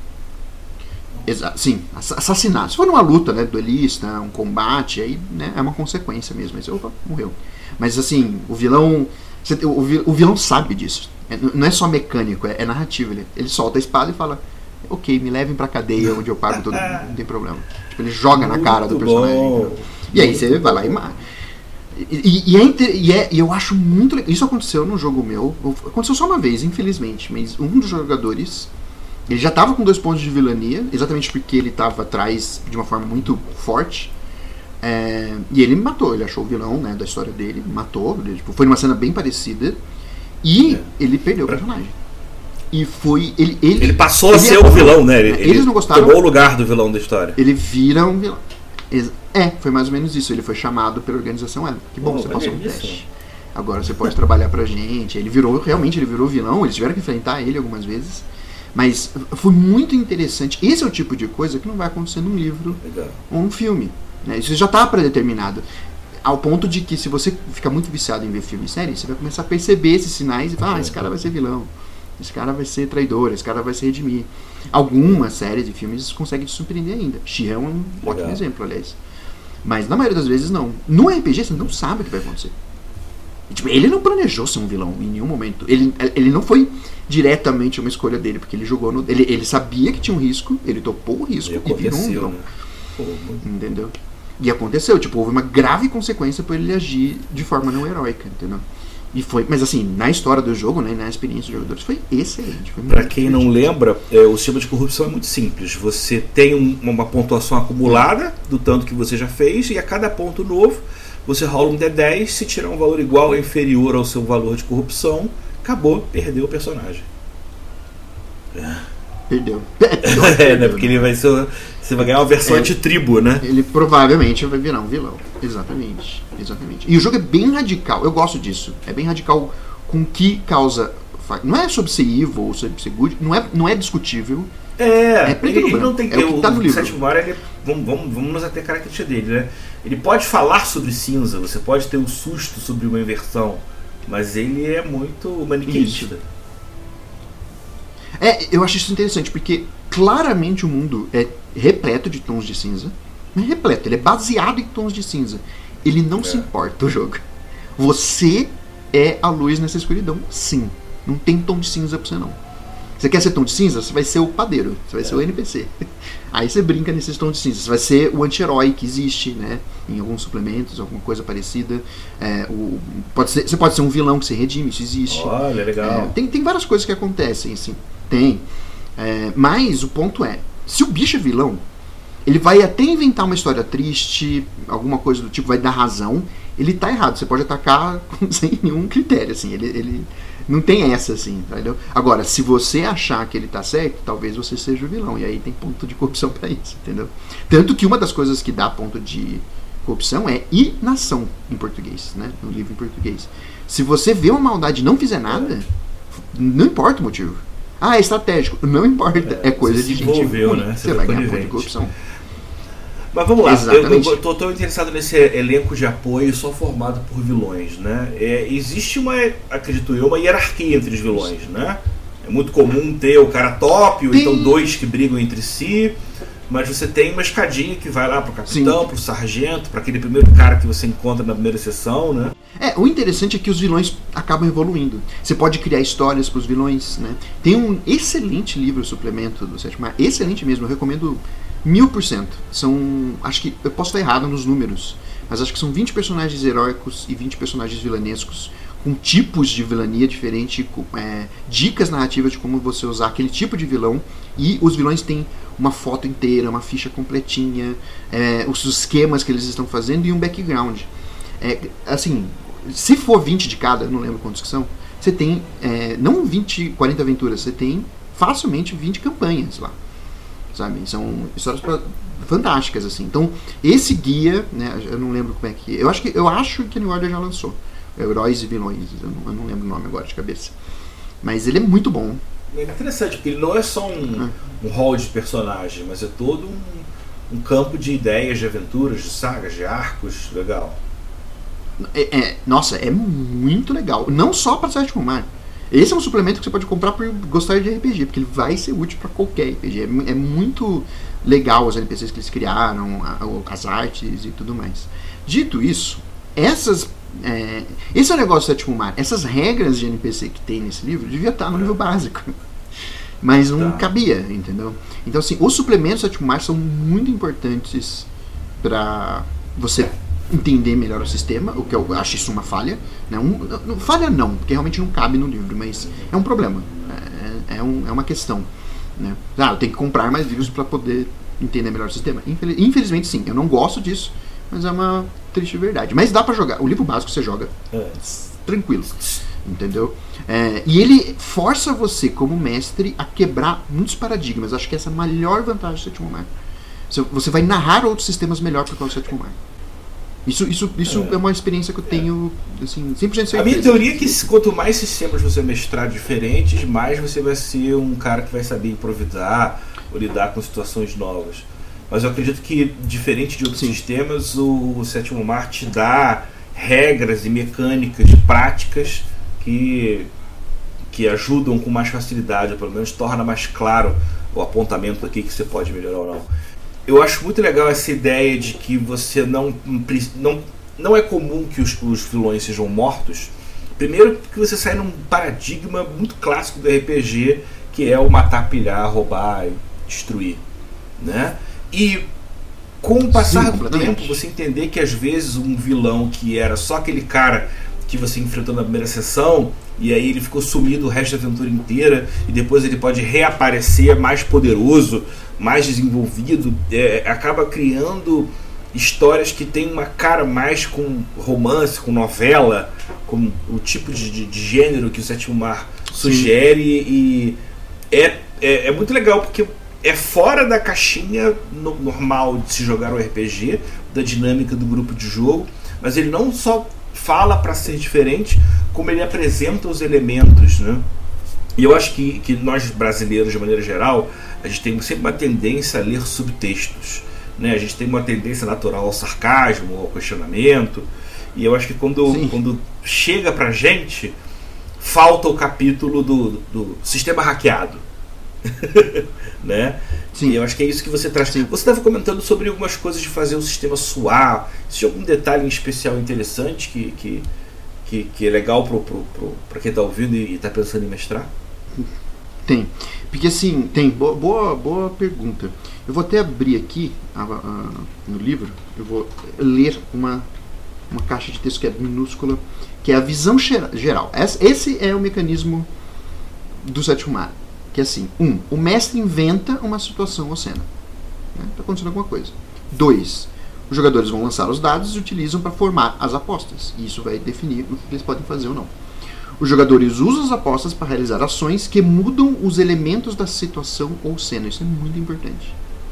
Exato, sim, assassinar. Se for numa luta, né, duelista, um combate, aí, né, é uma consequência mesmo. Mas opa, morreu. Mas assim, o vilão, o vilão sabe disso. Não é só mecânico, é narrativo. Ele, ele solta a espada e fala: ok, me levem pra cadeia onde eu pago todo mundo, não tem problema. Tipo, ele joga na cara do personagem. Bom. E aí você vai lá e mata. E, e, é inter... e, é, e eu acho muito legal. Isso aconteceu no jogo meu. Aconteceu só uma vez, infelizmente. Mas um dos jogadores, ele já estava com dois pontos de vilania, exatamente porque ele estava atrás de uma forma muito forte. É, e ele me matou. Ele achou o vilão, né, da história dele, matou. Ele, tipo, foi numa cena bem parecida. E é. ele perdeu o personagem. E foi. Ele, ele, ele passou ele a ser o vilão, né? Ele, Eles ele não gostaram. Tomou o lugar do vilão da história. Ele vira um vilão. É, foi mais ou menos isso. Ele foi chamado pela organização. É, que bom, oh, você passou no teste. Agora você pode trabalhar pra gente. Ele virou, realmente, ele virou vilão. Eles tiveram que enfrentar ele algumas vezes. Mas foi muito interessante. Esse é o tipo de coisa que não vai acontecer num livro Legal. ou num filme. Né? Isso já está predeterminado. Ao ponto de que, se você ficar muito viciado em ver filme e série, você vai começar a perceber esses sinais e falar: ah, esse cara vai ser vilão. Esse cara vai ser traidor, esse cara vai se redimir. Algumas séries de filmes conseguem te surpreender ainda. She-Ra é um Legal. ótimo exemplo, aliás. Mas na maioria das vezes não. No R P G você não sabe o que vai acontecer. Tipo, ele não planejou ser um vilão em nenhum momento. Ele, ele não foi diretamente uma escolha dele, porque ele jogou no. Ele, ele sabia que tinha um risco, ele topou o risco e, e virou um vilão. Né? Pô, entendeu? E aconteceu, tipo, houve uma grave consequência por ele agir de forma não heróica, entendeu? E foi, mas assim, na história do jogo, né, na experiência dos jogadores, foi excelente. Foi Para quem não lembra, é, o sistema de corrupção é muito simples. Você tem um, uma pontuação acumulada do tanto que você já fez, e a cada ponto novo você rola um D dez. Se tirar um valor igual ou inferior ao seu valor de corrupção, acabou, perdeu o personagem. Perdeu. É, né? Porque ele vai ser. Você vai ganhar uma versão é, anti-tribo, né? Ele provavelmente vai virar um vilão. Exatamente. Exatamente. E o jogo é bem radical. Eu gosto disso. É bem radical com o que causa. Não é sobre ser evil ou sobre ser good. Não é, não é discutível. É, é ele, ele não tem é o que tá no o livro. Sétimo Mar, ele, vamos, vamos, vamos até a característica dele, né? Ele pode falar sobre cinza, você pode ter um susto sobre uma inversão, mas ele é muito maniqueísta. É, eu acho isso interessante, porque claramente o mundo é repleto de tons de cinza. Não é repleto, ele é baseado em tons de cinza. Ele não é. se importa, o jogo. Você é a luz nessa escuridão, sim. Não tem tom de cinza pra você, não. Você quer ser tom de cinza? Você vai ser o padeiro, você vai é. ser o N P C. Aí você brinca nesses tons de cinza. Você vai ser o anti-herói que existe, né? Em alguns suplementos, alguma coisa parecida. É, o, pode ser, você pode ser um vilão que se redime, isso existe. Olha, legal. É, tem, tem várias coisas que acontecem, assim. Tem. É, mas o ponto é, se o bicho é vilão, ele vai até inventar uma história triste, alguma coisa do tipo, vai dar razão. Ele tá errado, você pode atacar sem nenhum critério, assim. Ele, ele não tem essa, assim, entendeu? Agora, se você achar que ele tá certo, talvez você seja o vilão. E aí tem ponto de corrupção pra isso, entendeu? Tanto que uma das coisas que dá ponto de corrupção é inação em português, né? No livro em português. Se você vê uma maldade e não fizer nada, não importa o motivo. Ah, é estratégico. Não importa. É, é coisa de gente ruim. Né? Você, você vai ganhar ponto de corrupção. Mas vamos lá, Exatamente. eu, eu tô tão interessado nesse elenco de apoio só formado por vilões, né? É, existe uma, acredito eu, uma hierarquia entre os vilões, né? É muito comum ter o cara top, ou tem... então dois que brigam entre si, mas você tem uma escadinha que vai lá pro capitão, Sim. pro sargento, para aquele primeiro cara que você encontra na primeira sessão, né? É, o interessante é que os vilões acabam evoluindo. Você pode criar histórias pros vilões, né? Tem um excelente livro, suplemento do Sétimo Mar, excelente mesmo, eu recomendo mil por cento. São, acho que, eu posso estar errado nos números, mas acho que são vinte personagens heróicos e vinte personagens vilanescos, com tipos de vilania diferente, com, é, dicas narrativas de como você usar aquele tipo de vilão, e os vilões têm uma foto inteira, uma ficha completinha, é, os esquemas que eles estão fazendo e um background. É, assim, se for vinte de cada, não lembro quantos que são, você tem, é, não vinte, quarenta aventuras, você tem facilmente vinte campanhas lá. Sabe? São histórias pra, fantásticas, assim. Então, esse guia, né, eu não lembro como é que... Eu acho que, eu acho que a New Order já lançou. Heróis e Vilões, eu não, eu não lembro o nome agora de cabeça. Mas ele é muito bom. É interessante, porque ele não é só um, é. um hall de personagens, mas é todo um, um campo de ideias, de aventuras, de sagas, de arcos. Legal. É, é, nossa, é muito legal. Não só para Sétimo Mar. Esse é um suplemento que você pode comprar por gostar de R P G, porque ele vai ser útil para qualquer R P G. É, é muito legal os N P Cs que eles criaram, a, as artes e tudo mais. Dito isso, essas... É, esse é o negócio do Sétimo Mar. Essas regras de N P C que tem nesse livro devia estar no livro básico. Mas não tá. cabia, entendeu? Então, assim, os suplementos do Sétimo Mar são muito importantes para você entender melhor o sistema, o que eu acho isso uma falha. Né? Um, não, falha não, porque realmente não cabe no livro, mas é um problema. É, é, um, é uma questão. Né? Ah, eu tenho que comprar mais livros para poder entender melhor o sistema. Infeliz, infelizmente, sim. Eu não gosto disso, mas é uma triste verdade. Mas dá pra jogar. O livro básico você joga é. tranquilo. Entendeu? É, e ele força você, como mestre, a quebrar muitos paradigmas. Acho que essa é a maior vantagem do Sétimo Mar. Você vai narrar outros sistemas melhor por causa do Sétimo Mar. Isso, isso, isso é. é uma experiência que eu tenho, assim, cem por cento certeza. A minha teoria é que quanto mais sistemas você mestrar diferentes, mais você vai ser um cara que vai saber improvisar ou lidar com situações novas. Mas eu acredito que, diferente de outros Sim. sistemas, o, o Sétimo Mar te dá regras e mecânicas práticas que, que ajudam com mais facilidade, ou pelo menos torna mais claro o apontamento aqui que você pode melhorar ou não. Eu acho muito legal essa ideia de que você não... Não, não é comum que os, os vilões sejam mortos. Primeiro porque você sai num paradigma muito clássico do R P G, que é o matar, pilhar, roubar e destruir. Né? E com o passar Sim, do tempo, você entender que às vezes um vilão que era só aquele cara que você enfrentou na primeira sessão, e aí ele ficou sumido o resto da aventura inteira, e depois ele pode reaparecer mais poderoso, mais desenvolvido, é, acaba criando histórias que tem uma cara mais com romance, com novela, com o tipo de, de, de gênero que o Sétimo Mar sugere. Sim. E é, é, é muito legal porque é fora da caixinha no, normal de se jogar um R P G, da dinâmica do grupo de jogo, mas ele não só fala para ser diferente, como ele apresenta os elementos, né? E eu acho que, que nós brasileiros, de maneira geral, a gente tem sempre uma tendência a ler subtextos, né? A gente tem uma tendência natural ao sarcasmo, ao questionamento, e eu acho que quando, quando chega pra gente, falta o capítulo do, do, do sistema hackeado. Né? Sim. E eu acho que é isso que você traz. Sim. Você estava comentando sobre algumas coisas de fazer o sistema suar. Existe algum detalhe em especial interessante que, que, que, que é legal para quem está ouvindo e está pensando em mestrar? Tem. Porque assim, tem. Boa, boa, boa pergunta. Eu vou até abrir aqui a, a, no livro, eu vou ler uma, uma caixa de texto que é minúscula, que é a visão geral. Esse é o mecanismo do Sétimo Mar. Que é assim, um, o mestre inventa uma situação ou cena. Está né? acontecendo alguma coisa. Dois, os jogadores vão lançar os dados e utilizam para formar as apostas. E isso vai definir o que eles podem fazer ou não. Os jogadores usam as apostas para realizar ações que mudam os elementos da situação ou cena. Isso é muito importante.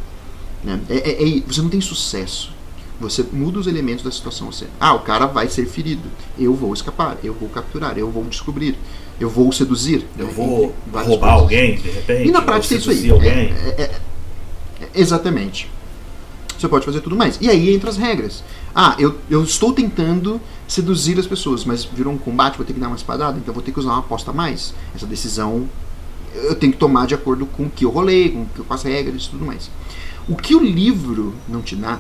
Né? É, é, é, você não tem sucesso. Você muda os elementos da situação ou cena. Ah, o cara vai ser ferido. Eu vou escapar. Eu vou capturar. Eu vou descobrir. Eu vou seduzir. Eu vou roubar coisas. Alguém, de repente. E na prática é isso aí. Alguém. É, é, é, exatamente. Você pode fazer tudo mais. E aí entra as regras. Ah, eu, eu estou tentando seduzir as pessoas, mas virou um combate, vou ter que dar uma espadada, então vou ter que usar uma aposta a mais. Essa decisão eu tenho que tomar de acordo com o que eu rolei, com, com as regras e tudo mais. O que o livro não te dá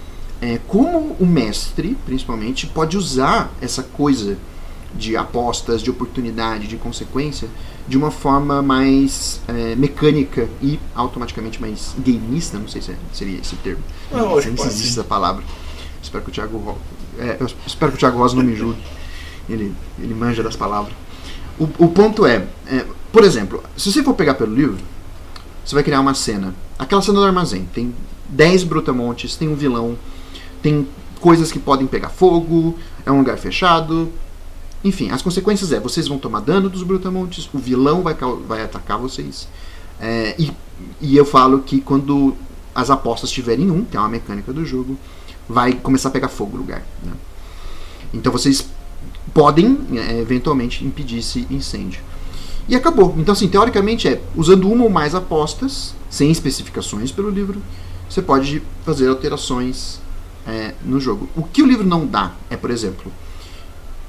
é como o mestre, principalmente, pode usar essa coisa de apostas, de oportunidade, de consequência, de uma forma mais é, mecânica e automaticamente mais gameista, não sei se é, seria esse termo. Não, não sei se existe essa palavra. Espero que o Thiago, é, eu espero que o Thiago Rosa não me ajude. Ele, ele manja das palavras. O, o ponto é, é, por exemplo, se você for pegar pelo livro, você vai criar uma cena. Aquela cena do armazém. Tem dez brutamontes, tem um vilão, tem coisas que podem pegar fogo, é um lugar fechado. Enfim, as consequências é, vocês vão tomar dano dos brutamontes, o vilão vai, vai atacar vocês. É, e, e eu falo que quando as apostas tiverem um, que é uma mecânica do jogo, vai começar a pegar fogo no lugar. Né? Então vocês podem, é, eventualmente, impedir esse incêndio. E acabou. Então, assim, teoricamente é, usando uma ou mais apostas, sem especificações pelo livro, você pode fazer alterações é, no jogo. O que o livro não dá é, por exemplo,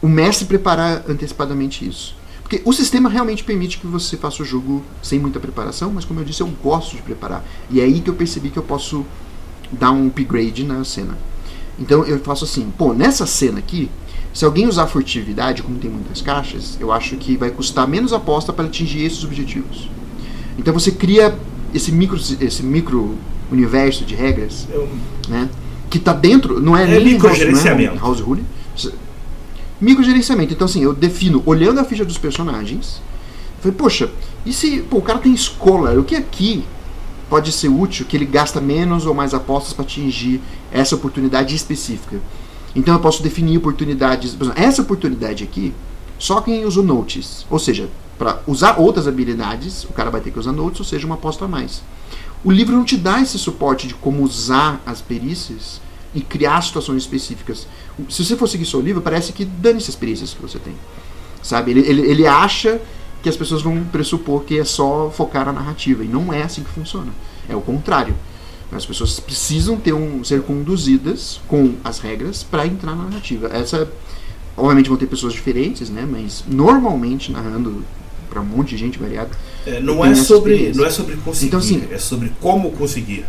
o mestre preparar antecipadamente isso. Porque o sistema realmente permite que você faça o jogo sem muita preparação, mas como eu disse, eu gosto de preparar. E é aí que eu percebi que eu posso dar um upgrade na cena. Então eu faço assim, pô, nessa cena aqui, se alguém usar furtividade, como tem muitas caixas, eu acho que vai custar menos aposta para atingir esses objetivos. Então você cria esse micro, esse micro universo de regras, eu... né, que está dentro, não é, é nem microgerenciamento. House, não é Rule. Microgerenciamento. Então assim, eu defino, olhando a ficha dos personagens, eu falei, poxa, e se pô, o cara tem Scholar, o que aqui pode ser útil, que ele gasta menos ou mais apostas para atingir essa oportunidade específica? Então eu posso definir oportunidades, por exemplo, essa oportunidade aqui, só quem usa o Notice, ou seja, para usar outras habilidades, o cara vai ter que usar Notice, ou seja, uma aposta a mais. O livro não te dá esse suporte de como usar as perícias e criar situações específicas. Se você for seguir seu livro, parece que dane-se as perícias que você tem. Sabe? Ele, ele, ele acha que as pessoas vão pressupor que é só focar na narrativa, e não é assim que funciona. É o contrário. As pessoas precisam ter um, ser conduzidas com as regras para entrar na narrativa. Essa, obviamente vão ter pessoas diferentes, né? Mas normalmente narrando para um monte de gente variada. É, não, é sobre, não é sobre conseguir, então, assim, é sobre como conseguir.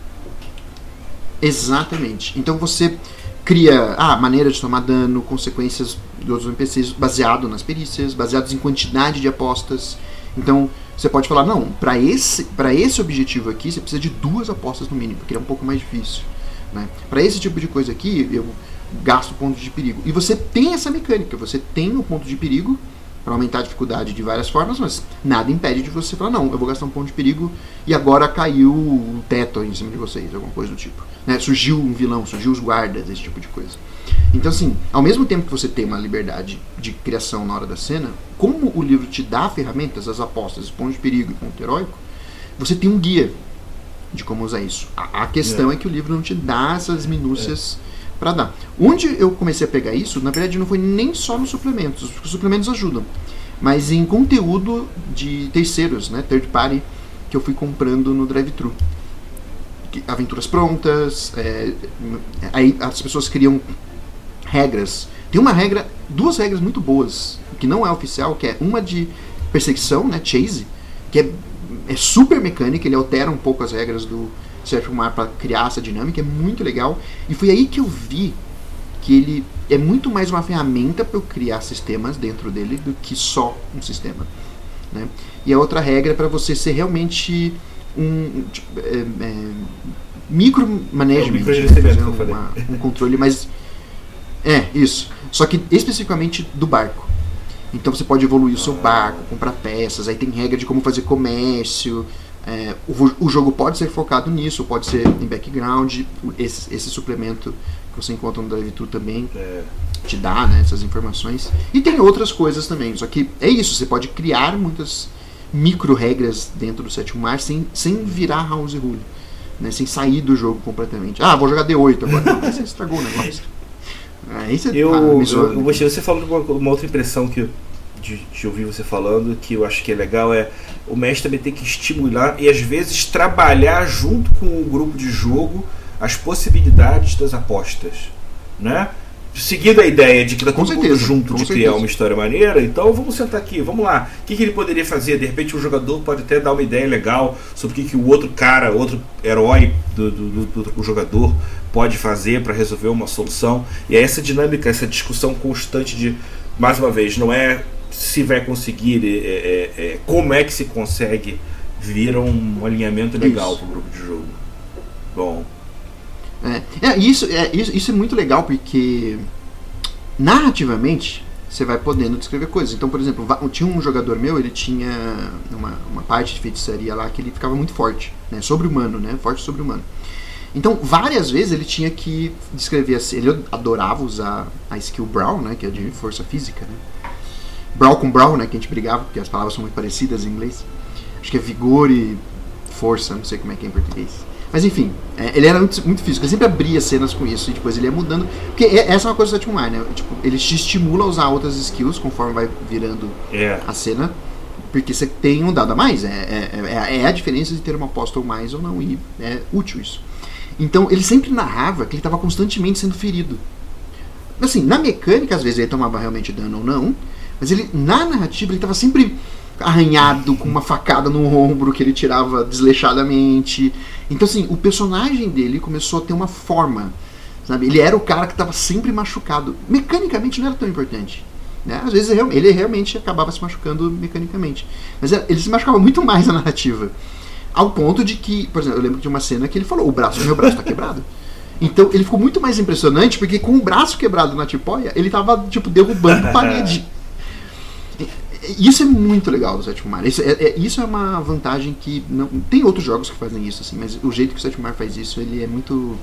Exatamente. Então você cria a ah, maneira de tomar dano, consequências dos outros N P Cs baseado nas perícias, baseados em quantidade de apostas. Então você pode falar, não, para esse, para esse objetivo aqui você precisa de duas apostas no mínimo, porque é um pouco mais difícil, né? Para esse tipo de coisa aqui eu gasto pontos de perigo. E você tem essa mecânica, você tem o ponto de perigo para aumentar a dificuldade de várias formas, mas nada impede de você falar, não, eu vou gastar um ponto de perigo e agora caiu o teto em cima de vocês, alguma coisa do tipo, né? Surgiu um vilão, surgiu os guardas, esse tipo de coisa. Então assim, ao mesmo tempo que você tem uma liberdade de criação na hora da cena, como o livro te dá ferramentas, as apostas, os pontos de perigo e ponto heróico, você tem um guia de como usar isso. A, a questão é. é que o livro não te dá essas minúcias é. para dar. Onde eu comecei a pegar isso, na verdade não foi nem só nos suplementos, porque os suplementos ajudam, mas em conteúdo de terceiros, né, third party, que eu fui comprando no drive-thru. Aventuras prontas, é, aí as pessoas criam regras. Tem uma regra, duas regras muito boas, que não é oficial, que é uma de perseguição, né, chase, que é, é super mecânica, ele altera um pouco as regras do Sétimo Mar para criar essa dinâmica, é muito legal. E foi aí que eu vi que ele é muito mais uma ferramenta para eu criar sistemas dentro dele do que só um sistema, né? E a outra regra é para você ser realmente um tipo, é, é, micromanagement, é uma, um controle mais... É, isso. Só que especificamente do barco. Então você pode evoluir o seu barco, comprar peças, aí tem regra de como fazer comércio. É, o, o jogo pode ser focado nisso, pode ser em background. Esse, esse suplemento que você encontra no drive-thru também é. te dá, né, essas informações. E tem outras coisas também. Só que é isso, você pode criar muitas micro-regras dentro do Sétimo Mar sem, sem virar House Rule, né, sem sair do jogo completamente. Ah, vou jogar D oito agora. Não, você estragou o negócio. Aí você, eu, ah, eu, eu gostei, você falou de uma, uma outra impressão que eu, de, de ouvir você falando, que eu acho que é legal, é o mestre também tem que estimular e às vezes trabalhar junto com o grupo de jogo as possibilidades das apostas, né? Seguindo a ideia de que está todo mundo junto de criar uma história maneira, então vamos sentar aqui, vamos lá. O que, que ele poderia fazer? De repente o jogador pode até dar uma ideia legal sobre o que, que o outro cara, outro herói do, do, do, do jogador pode fazer para resolver uma solução. E é essa dinâmica, essa discussão constante de, mais uma vez, não é se vai conseguir, é, é, é como é que se consegue, vira um alinhamento legal para o grupo de jogo. Bom... É, é, isso, é, isso, isso é muito legal porque narrativamente você vai podendo descrever coisas. Então, por exemplo, tinha um jogador meu, ele tinha uma, uma parte de feitiçaria lá que ele ficava muito forte, né, sobre-humano, né, forte sobre-humano. Então, várias vezes ele tinha que descrever assim, ele adorava usar a skill Brawl, né, que é de força física, né, Brawl com Brawl, né, que a gente brigava, porque as palavras são muito parecidas em inglês. Acho que é vigor e força, não sei como é que é em português. Mas enfim, é, ele era muito, muito físico, ele sempre abria cenas com isso e depois ele ia mudando. Porque é, essa é uma coisa do Sétimo Mar, né? Tipo, ele te estimula a usar outras skills conforme vai virando yeah. a cena, porque você tem um dado a mais. É, é, é a diferença de ter uma aposta ou mais ou não, e é útil isso. Então ele sempre narrava que ele estava constantemente sendo ferido. assim, na mecânica, às vezes ele tomava realmente dano ou não, mas ele, na narrativa, ele tava sempre arranhado, com uma facada no ombro que ele tirava desleixadamente. Então, assim, o personagem dele começou a ter uma forma, sabe? Ele era o cara que estava sempre machucado. Mecanicamente não era tão importante, né? Às vezes ele realmente acabava se machucando mecanicamente, mas ele se machucava muito mais na narrativa, ao ponto de que, por exemplo, eu lembro de uma cena que ele falou: o braço, meu braço tá quebrado. Então ele ficou muito mais impressionante, porque com o braço quebrado na tipóia, ele tava, tipo, derrubando parede. Isso é muito legal do Sétimo Mar. Isso é, é, isso é uma vantagem que não tem outros jogos que fazem isso, assim, mas o jeito que o Sétimo Mar faz isso, ele é muito...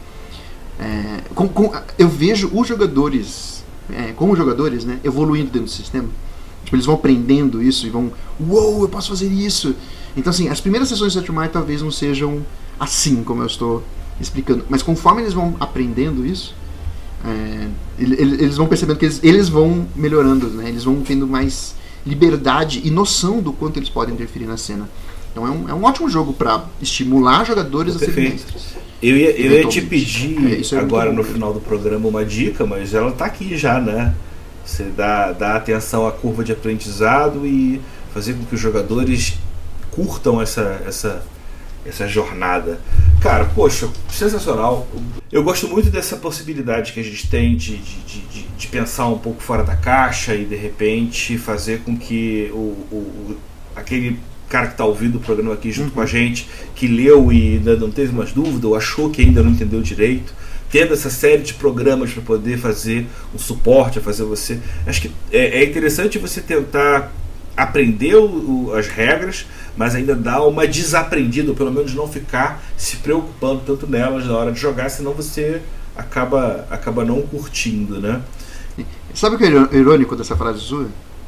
É, com, com, eu vejo os jogadores, é, como jogadores, né, evoluindo dentro do sistema. Tipo, eles vão aprendendo isso e vão, uou, eu posso fazer isso. Então, assim, as primeiras sessões do Sétimo Mar talvez não sejam assim como eu estou explicando, mas conforme eles vão aprendendo isso, é, eles vão percebendo que eles, eles vão melhorando, né, eles vão tendo mais liberdade e noção do quanto eles podem interferir na cena. Então é um, é um ótimo jogo para estimular jogadores a serem mestres. Eu ia, eu ia te pedir é, é agora no final do programa uma dica, mas ela tá aqui já, né? Você dá, dá atenção à curva de aprendizado e fazer com que os jogadores curtam essa, essa, essa jornada. Cara, poxa, sensacional. Eu gosto muito dessa possibilidade que a gente tem de, de, de, de pensar um pouco fora da caixa e de repente fazer com que o, o, aquele cara que está ouvindo o programa aqui junto uhum. com a gente, que leu e ainda não teve mais dúvida ou achou que ainda não entendeu direito, tendo essa série de programas para poder fazer um suporte, a fazer você... Acho que é, é interessante você tentar aprender o, as regras, mas ainda dar uma desaprendida, ou pelo menos não ficar se preocupando tanto nelas na hora de jogar, senão você acaba, acaba não curtindo, né? Sabe o que é irônico dessa frase sua?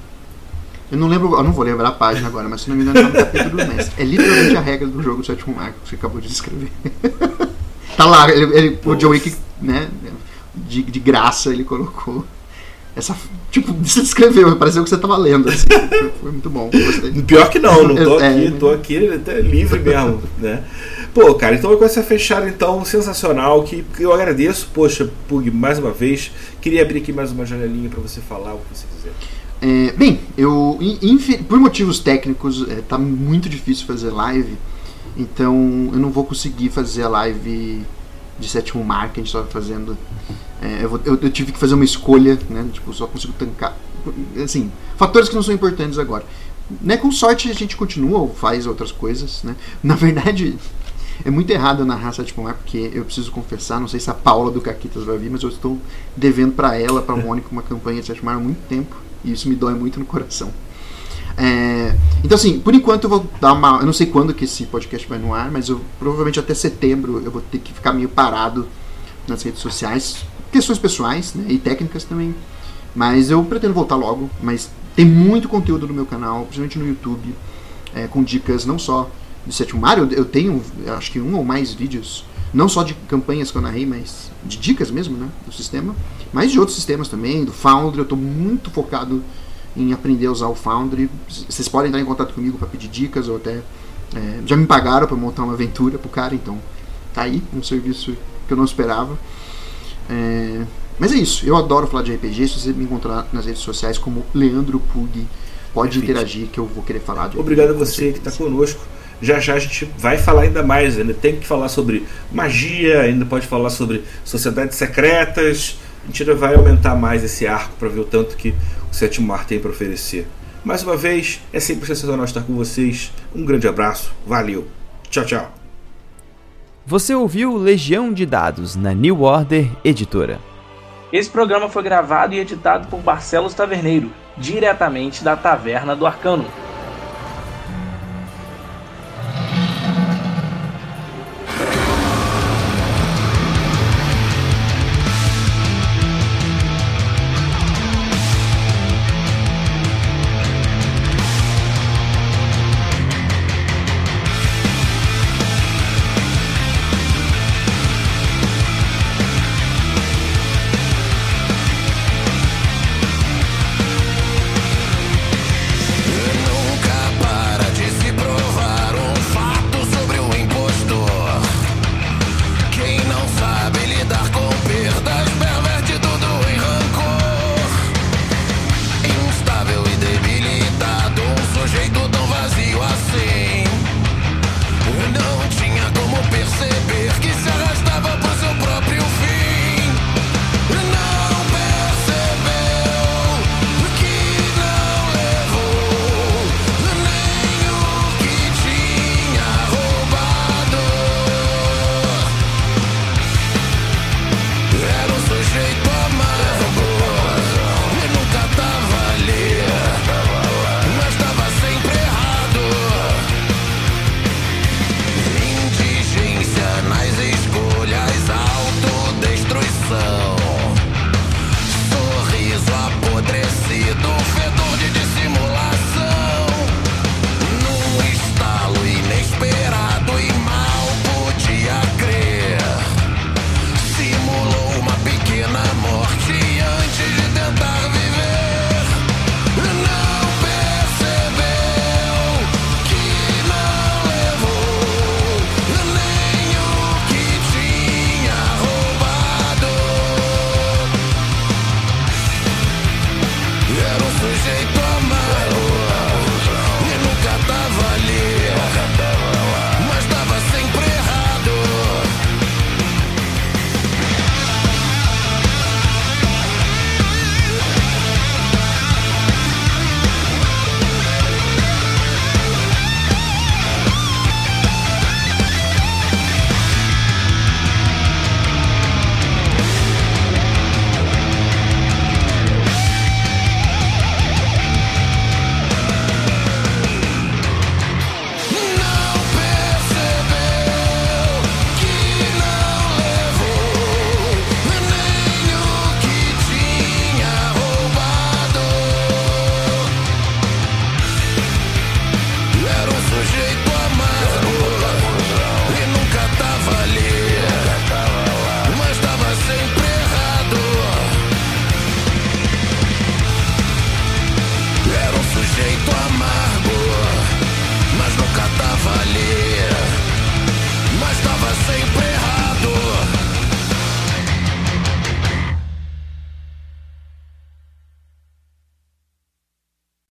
Eu não lembro, eu não vou lembrar a página agora, mas se não me engano está no capítulo do mestre. É literalmente a regra do jogo do Sétimo Mar que você acabou de descrever. Tá lá, ele, ele, o John Wick, né, de, de graça ele colocou essa, tipo, você descreveu, pareceu que você estava lendo, assim. Foi muito bom, gostei. Pior que não, não tô aqui, é, tô aqui até livre mesmo, né? Pô, cara, então com essa fechada, então, sensacional, que, que eu agradeço, poxa, Pug, mais uma vez, queria abrir aqui mais uma janelinha para você falar o que você quiser. É, bem, eu, por motivos técnicos, é, tá muito difícil fazer live, então eu não vou conseguir fazer a live de Sétimo Mar que a gente estava fazendo. É, eu, vou, eu, eu tive que fazer uma escolha, né? Tipo, só consigo tancar. Assim, fatores que não são importantes agora. Né, com sorte a gente continua ou faz outras coisas, né? Na verdade, é muito errado eu narrar Sétimo Mar, porque eu preciso confessar, não sei se a Paula do Caquitas vai vir, mas eu estou devendo para ela, para a Mônica, uma campanha de Sétimo Mar há muito tempo. E isso me dói muito no coração. É, então, assim, por enquanto eu vou dar uma... Eu não sei quando que esse podcast vai no ar, mas eu, provavelmente até setembro eu vou ter que ficar meio parado nas redes sociais. Questões pessoais, né, e técnicas também. Mas eu pretendo voltar logo. Mas tem muito conteúdo no meu canal, principalmente no YouTube, é, com dicas não só de Sétimo Mar. Eu, eu tenho, acho que um ou mais vídeos, não só de campanhas que eu narrei, mas de dicas mesmo, né, do sistema. Mas de outros sistemas também, do Foundry. Eu estou muito focado em aprender a usar o Foundry. Vocês podem entrar em contato comigo para pedir dicas, ou até é, já me pagaram para montar uma aventura pro cara, então tá aí um serviço que eu não esperava. É, mas é isso, eu adoro falar de R P G. Se você me encontrar nas redes sociais como Leandro Pug, pode Perfeito. interagir que eu vou querer falar de Obrigado R P G. a você que está conosco. Já já a gente vai falar ainda mais, ainda tem que falar sobre magia, ainda pode falar sobre sociedades secretas. A gente ainda vai aumentar mais esse arco para ver o tanto que o Sétimo Mar tem para oferecer. Mais uma vez, é sempre sensacional estar com vocês. Um grande abraço, valeu, tchau, tchau. Você ouviu Legião de Dados na New Order Editora. Esse programa foi gravado e editado por Barcelos Taverneiro, diretamente da Taverna do Arcano.